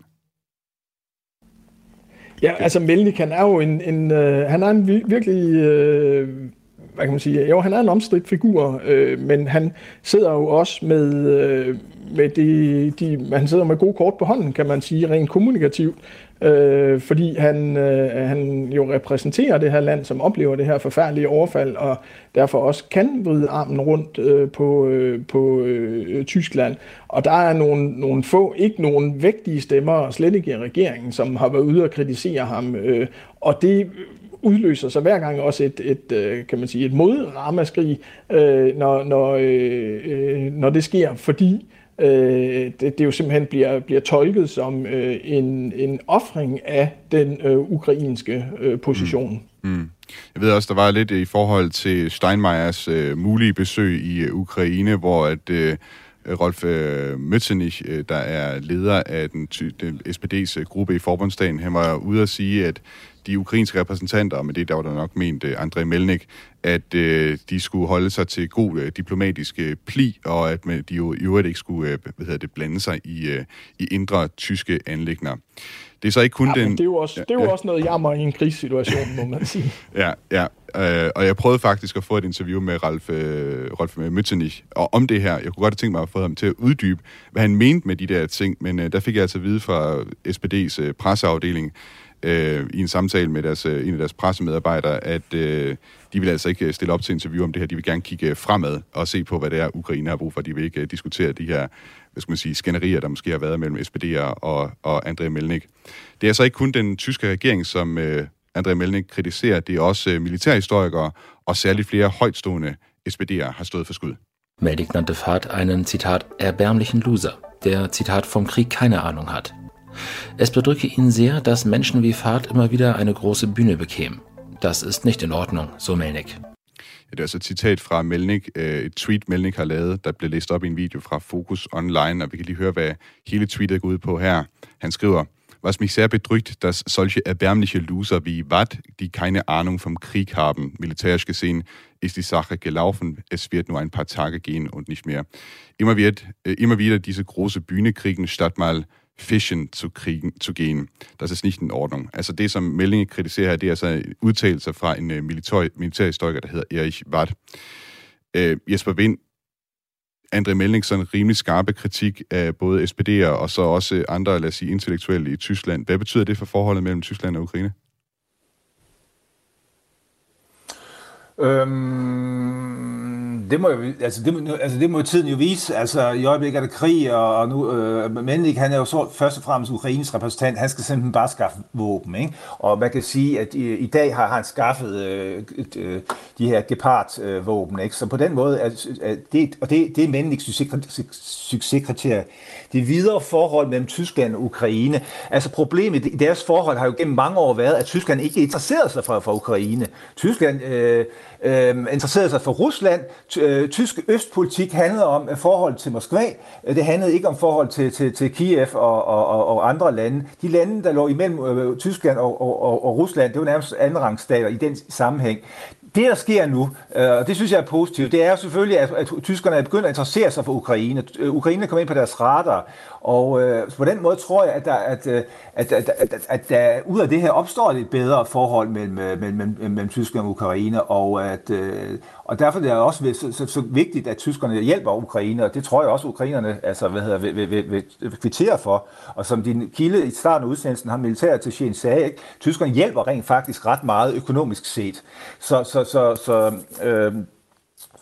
Ja, altså Melnik, han er jo en, en øh, han er en virkelig, øh, hvad kan man sige, jo, han er en omstridt figur, øh, men han sidder jo også med, øh, med de, de, han sidder med gode kort på hånden, kan man sige, rent kommunikativt, øh, fordi han, øh, han jo repræsenterer det her land, som oplever det her forfærdelige overfald, og derfor også kan vride armen rundt øh, på, øh, på øh, Tyskland. Og der er nogle, nogle få, ikke nogen vægtige stemmer, og slet ikke i regeringen, som har været ude og kritisere ham, øh, og det udløser så hver gang også et, et kan man sige, et modramaskrig, øh, når, når, øh, når det sker, fordi øh, det, det jo simpelthen bliver, bliver tolket som øh, en, en ofring af den øh, ukrainske øh, position. Mm. Mm. Jeg ved også, der var lidt i forhold til Steinmeiers øh, mulige besøg i øh, Ukraine, hvor at øh, Rolf øh, Mützenich, øh, der er leder af den, den S P D's øh, gruppe i Forbundsdagen, han var ude at sige, at de ukrainske repræsentanter, og med det der var der nok ment uh, Andriy Melnik, at uh, de skulle holde sig til god uh, diplomatisk uh, pli, og at uh, de jo i øvrigt ikke skulle uh, hvad hedder det, blande sig i, uh, i indre tyske anliggender. Det er så ikke kun ja, den... det er jo også, ja, det er jo ja. også noget jammer i en krigssituation, må man sige. ja, ja. Uh, og jeg prøvede faktisk at få et interview med Ralf, uh, Rolf Mützenich og om det her. Jeg kunne godt tænke mig at få ham til at uddybe, hvad han mente med de der ting, men uh, der fik jeg altså at vide fra S P D's uh, presseafdeling, Øh, i en samtale med deres, øh, en af deres pressemedarbejdere, at øh, de vil altså ikke stille op til interview om det her. De vil gerne kigge fremad og se på, hvad det er, Ukraine har brug for. De vil ikke øh, diskutere de her, hvad skal man sige, skænderier, der måske har været mellem S P D'er og, og Andriy Melnik. Det er altså ikke kun den tyske regering, som øh, Andriy Melnik kritiserer. Det er også øh, militærhistorikere og særligt flere højtstående S P D'er har stået for skud. Melnik nannte Fahrt einen, Zitat, erbärmlichen Loser, der, Zitat, vom Krieg keine Ahnung hat. Es bedrücke ihn sehr, dass Menschen wie Fahrt immer wieder eine große Bühne bekämen. Das ist nicht in Ordnung, so Melnik. Det er altså et citat fra Melnik, et tweet Melnik har lavet, der blev læst op i en video fra Focus Online, og vi kan lige høre, hvad hele tweetet går ud på her. Han skriver, was mich sehr bedrückt, dass solche erbärmliche Loser wie Watt, die keine Ahnung vom Krieg haben, militärisch gesehen, ist die Sache gelaufen. Es wird nur ein paar Tage gehen und nicht mehr. Immer wieder, immer wieder diese große Bühne kriegen, statt mal Fischen zu kriegen, zu gehen. Das ist nicht in Ordnung. Altså det, som Melnik kritiserer her, det er altså udtalelser fra en militær, militærhistoriker, der hedder Erich Watt. Øh, Jesper Wind, Andriy Melnik sådan rimelig skarpe kritik af både S P D'er og så også andre, lad os sige, intellektuelle i Tyskland. Hvad betyder det for forholdet mellem Tyskland og Ukraine? Øhm, det må jo, altså det, altså det må jo tiden jo vise. Altså i øjeblikket er der krig, og, og nu øh, Melnik, han er jo så først og fremmest Ukraines repræsentant. Han skal simpelthen bare skaffe våben, ikke? Og man kan sige, at i, i dag har han skaffet øh, øh, de her Gepard-våben, ikke? Så på den måde er, er det, og det, det er Melniks succeskriterie. Det videre forhold mellem Tyskland og Ukraine. Altså problemet i deres forhold har jo gennem mange år været, at Tyskland ikke interesserer sig for, for Ukraine. Tyskland øh, øh, interesserede sig for Rusland. Tysk østpolitik handlede om forhold til Moskva. Det handlede ikke om forhold til, til, til Kiev og, og, og andre lande. De lande, der lå imellem øh, Tyskland og, og, og Rusland, det var nærmest andenrangsstater i den sammenhæng. Det, der sker nu, og det synes jeg er positivt, det er jo selvfølgelig, at, at tyskerne er begyndt at interessere sig for Ukraine. Ukraine kommer ind på deres radar, og øh, på den måde tror jeg, at, der, at, at, at, at, at, at der ud af det her opstår et bedre forhold mellem, mellem, mellem, mellem Tyskland og Ukraine, og, at, øh, og derfor er det også så, så, så vigtigt, at tyskerne hjælper Ukraine, og det tror jeg også, ukrainerne altså, hvad hedder, vil, vil, vil, vil kvittere for. Og som din kilde i starten af udsendelsen har militærtechéen sagde, ikke? Tyskerne hjælper rent faktisk ret meget økonomisk set. Så, så Så, så, øh,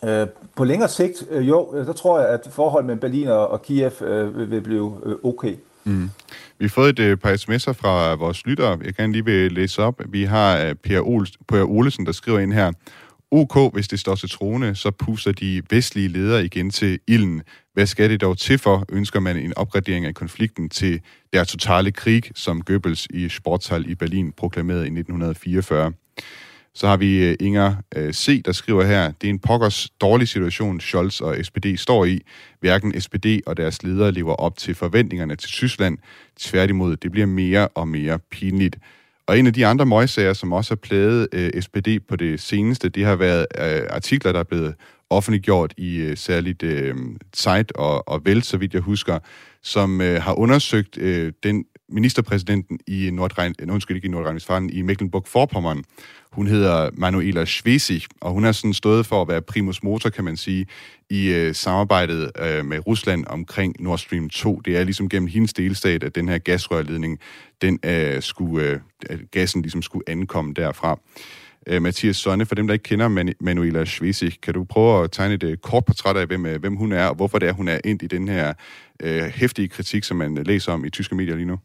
Øh, på længere sigt, øh, jo, der tror jeg, at forholdet mellem Berlin og, og Kiev øh, vil blive øh, okay. Mm. Vi har fået et par sms'er fra vores lyttere. Jeg kan lige vil læse op. Vi har uh, Per, Ols, Per Olesen, der skriver ind her. OK, hvis det står til troende, så puster de vestlige ledere igen til ilden. Hvad skal det dog til for? Ønsker man en opgradering af konflikten til der totale krig, som Goebbels i Sportshal i Berlin proklamerede i nitten fireogfyrre? Så har vi uh, Inger uh, C., der skriver her, det er en pokkers dårlig situation, Scholz og S P D står i. Hverken S P D og deres ledere lever op til forventningerne til Tyskland. Tværtimod, det bliver mere og mere pinligt. Og en af de andre møgsager, som også har plaget uh, S P D på det seneste, det har været uh, artikler, der er blevet offentliggjort i uh, særligt uh, Zeit og, og Welt, så vidt jeg husker, som uh, har undersøgt uh, den ministerpræsidenten i Nordrhein, undskyld ikke i Nordrhein-Westfalen, i Mecklenburg-Vorpommern. Hun hedder Manuela Schwesig, og hun har sådan stået for at være primus motor, kan man sige, i øh, samarbejdet øh, med Rusland omkring Nord Stream to. Det er ligesom gennem hendes delstat, at den her gasrørledning, den øh, skulle, øh, gassen ligesom skulle ankomme derfra. Øh, Mathias Sonne, for dem, der ikke kender Man- Manuela Schwesig, kan du prøve at tegne et øh, kort portræt af, hvem, øh, hvem hun er, og hvorfor det er, hun er endt i den her øh, heftige kritik, som man læser om i tyske medier lige nu?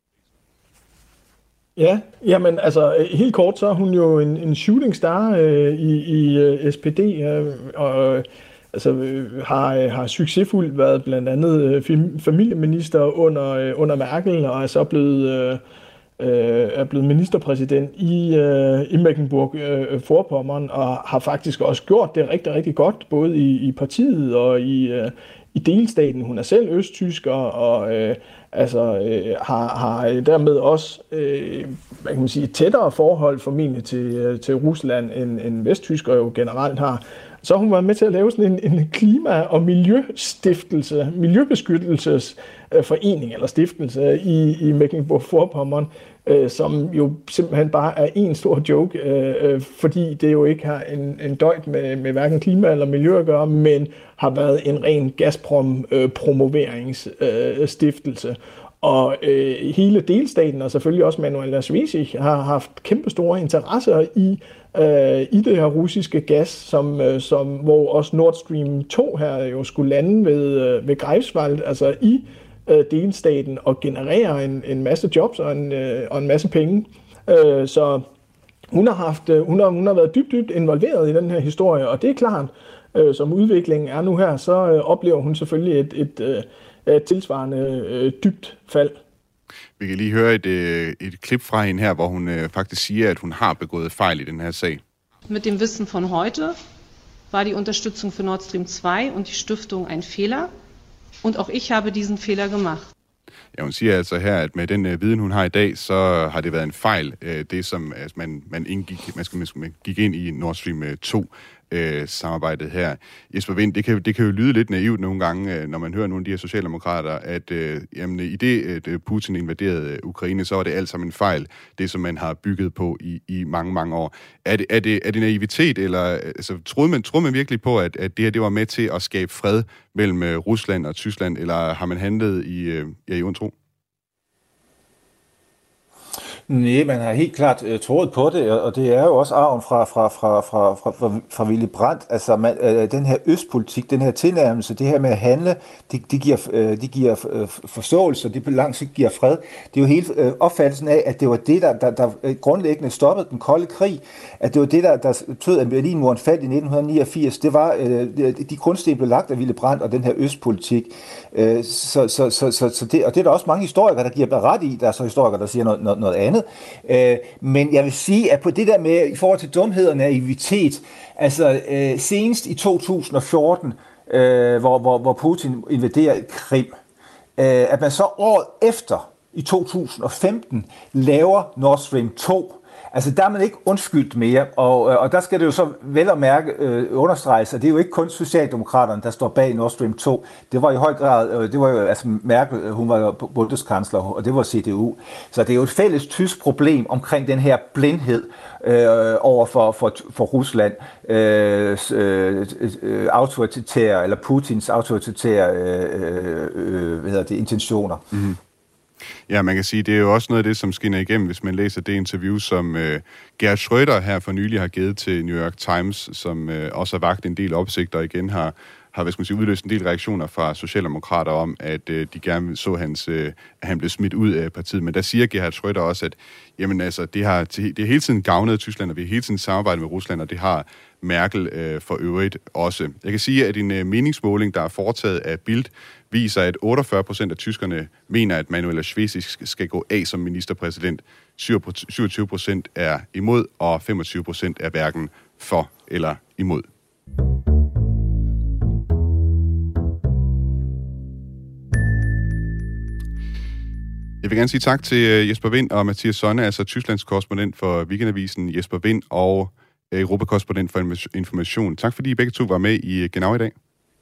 Ja, jamen altså helt kort, så er hun jo en, en shooting star øh, i, i øh, S P D, øh, og øh, altså, øh, har, har succesfuldt været blandt andet øh, familieminister under, øh, under Merkel, og er så blevet, øh, øh, er blevet ministerpræsident i, øh, i Mecklenburg-Vorpommern, øh, og har faktisk også gjort det rigtig, rigtig godt, både i, i partiet og i, øh, i delstaten. Hun er selv østtysker, og øh, altså, øh, har, har dermed også øh, hvad kan man sige, et tættere forhold formentlig til, øh, til Rusland, end, end vesttyskere jo generelt har. Så har hun været med til at lave sådan en, en klima- og miljøstiftelse, miljøbeskyttelsesforening eller stiftelse i, i Mecklenburg-Vorpommern, øh, som jo simpelthen bare er en stor joke, øh, fordi det jo ikke har en, en døjt med, med hverken klima eller miljø at gøre, men har været en ren Gazprom-promoveringsstiftelse. Øh, og øh, hele delstaten, og selvfølgelig også Manuela Schwesig, har haft kæmpe store interesser i øh, i det her russiske gas, som, øh, som, hvor også Nord Stream to her jo skulle lande ved, øh, ved Greifswald, altså i øh, delstaten, og generere en, en masse jobs og en, øh, og en masse penge. Øh, så hun har, haft, øh, hun, har, hun har været dybt, dybt involveret i den her historie, og det er klart, øh, som udviklingen er nu her, så øh, oplever hun selvfølgelig et, et, et, et tilsvarende øh, dybt fald. Vi kan lige høre et, et klip fra hende her, hvor hun øh, faktisk siger, at hun har begået fejl i den her sag. Mit dem Wissen von heute war die Unterstützung für Nord Stream zwei und die Stiftung ein Fehler. Und auch ich habe diesen Fehler gemacht. Ja, hun siger altså her, at med den øh, viden, hun har i dag, så har det været en fejl, øh, det som altså, man, man, indgik, man, skal, man gik ind i Nord Stream to. Øh, samarbejdet her. Jesper Wind, det kan, det kan jo lyde lidt naivt nogle gange, øh, når man hører nogle af de her socialdemokrater, at øh, jamen, i det, øh, Putin invaderede Ukraine, så var det alt sammen en fejl, det som man har bygget på i, i mange, mange år. Er det, er det, er det naivitet, eller altså, troede, man, troede man virkelig på, at, at det her det var med til at skabe fred mellem øh, Rusland og Tyskland, eller har man handlet i, øh, ja, i ond tro? Nej, man har helt klart uh, troet på det, og det er jo også arven fra, fra, fra, fra, fra, fra, fra Willy Brandt. Altså man, uh, den her østpolitik, den her tilnærmelse, det her med at handle, det, det giver, uh, det giver uh, forståelse, og det på lang sigt giver fred. Det er jo hele uh, opfattelsen af, at det var det, der, der, der grundlæggende stoppede den kolde krig, at det var det, der, der betød, at Berlinmuren faldt i nitten niogfirs. Det var uh, de grundsten blev lagt af Willy Brandt og den her østpolitik. Uh, så, så, så, så, så det, og det er der også mange historikere, der giver ret i. Der er så historikere, der siger noget, noget, noget andet. Øh, men jeg vil sige, at på det der med, i forhold til dumhed og naivitet, altså øh, senest i to tusind og fjorten, øh, hvor, hvor, hvor Putin invaderer Krim, øh, at man så året efter, i to tusind og femten, laver Nord Stream to. Altså, der er man ikke undskyldt mere, og, og der skal det jo så vel at mærke øh, understreges, at det er jo ikke kun Socialdemokraterne, der står bag Nord Stream to. Det var i høj grad, øh, det var jo, altså Merkel, hun var jo bundeskanzler, og det var C D U. Så det er jo et fælles tysk problem omkring den her blindhed øh, over for, for, for Rusland, øh, øh, øh, autoritære, eller Putins autoritære øh, øh, hvad hedder det, intentioner. Mm. Ja, man kan sige, det er jo også noget af det, som skinner igennem, hvis man læser det interview, som øh, Gerhard Schröder her for nylig har givet til New York Times, som øh, også har vagt en del opsigter og igen har, har hvad skal man sige, udløst en del reaktioner fra socialdemokrater om, at øh, de gerne så, hans, øh, at han blev smidt ud af partiet. Men der siger Gerhard Schröder også, at jamen, altså, det har det har hele tiden gavnet Tyskland, og vi har hele tiden samarbejdet med Rusland, og det har Merkel øh, for øvrigt også. Jeg kan sige, at en øh, meningsmåling, der er foretaget af Bild, viser, at otteogfyrre procent af tyskerne mener, at Manuela Schwesig skal gå af som ministerpræsident. syvogtyve procent er imod, og femogtyve procent er hverken for eller imod. Jeg vil gerne sige tak til Jesper Wind og Mathias Sonne, altså Tysklands korrespondent for Weekendavisen, Jesper Wind og Europakorrespondent for Information. Tak fordi I begge to var med i Genau i dag.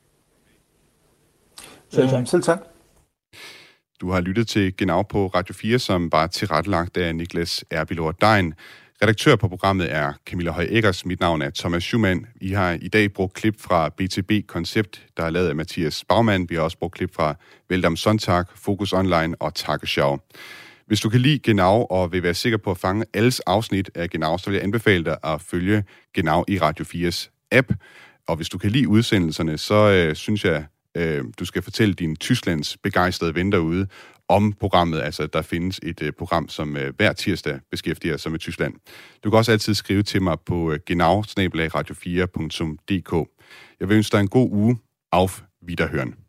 Selv tak. Selv tak. Du har lyttet til Genau på Radio fire, som var tilrettelagt af Niklas Erbilor Dein. Redaktør på programmet er Camilla Høj Eggers. Mit navn er Thomas Schumann. I har i dag brugt klip fra B T B Koncept, der er lavet af Mathias Baumann. Vi har også brugt klip fra Welt am Sonntag, Focus Online og Tagesschau. Hvis du kan lide Genau og vil være sikker på at fange alles afsnit af Genau, så vil jeg anbefale dig at følge Genau i Radio fires app. Og hvis du kan lide udsendelserne, så øh, synes jeg, øh, du skal fortælle din Tysklands begejstrede ven derude om programmet. Altså, der findes et øh, program, som øh, hver tirsdag beskæftiger sig med Tyskland. Du kan også altid skrive til mig på øh, genau bindestreg radio fire punktum d k. Jeg vil ønske dig en god uge. Auf Wiederhören.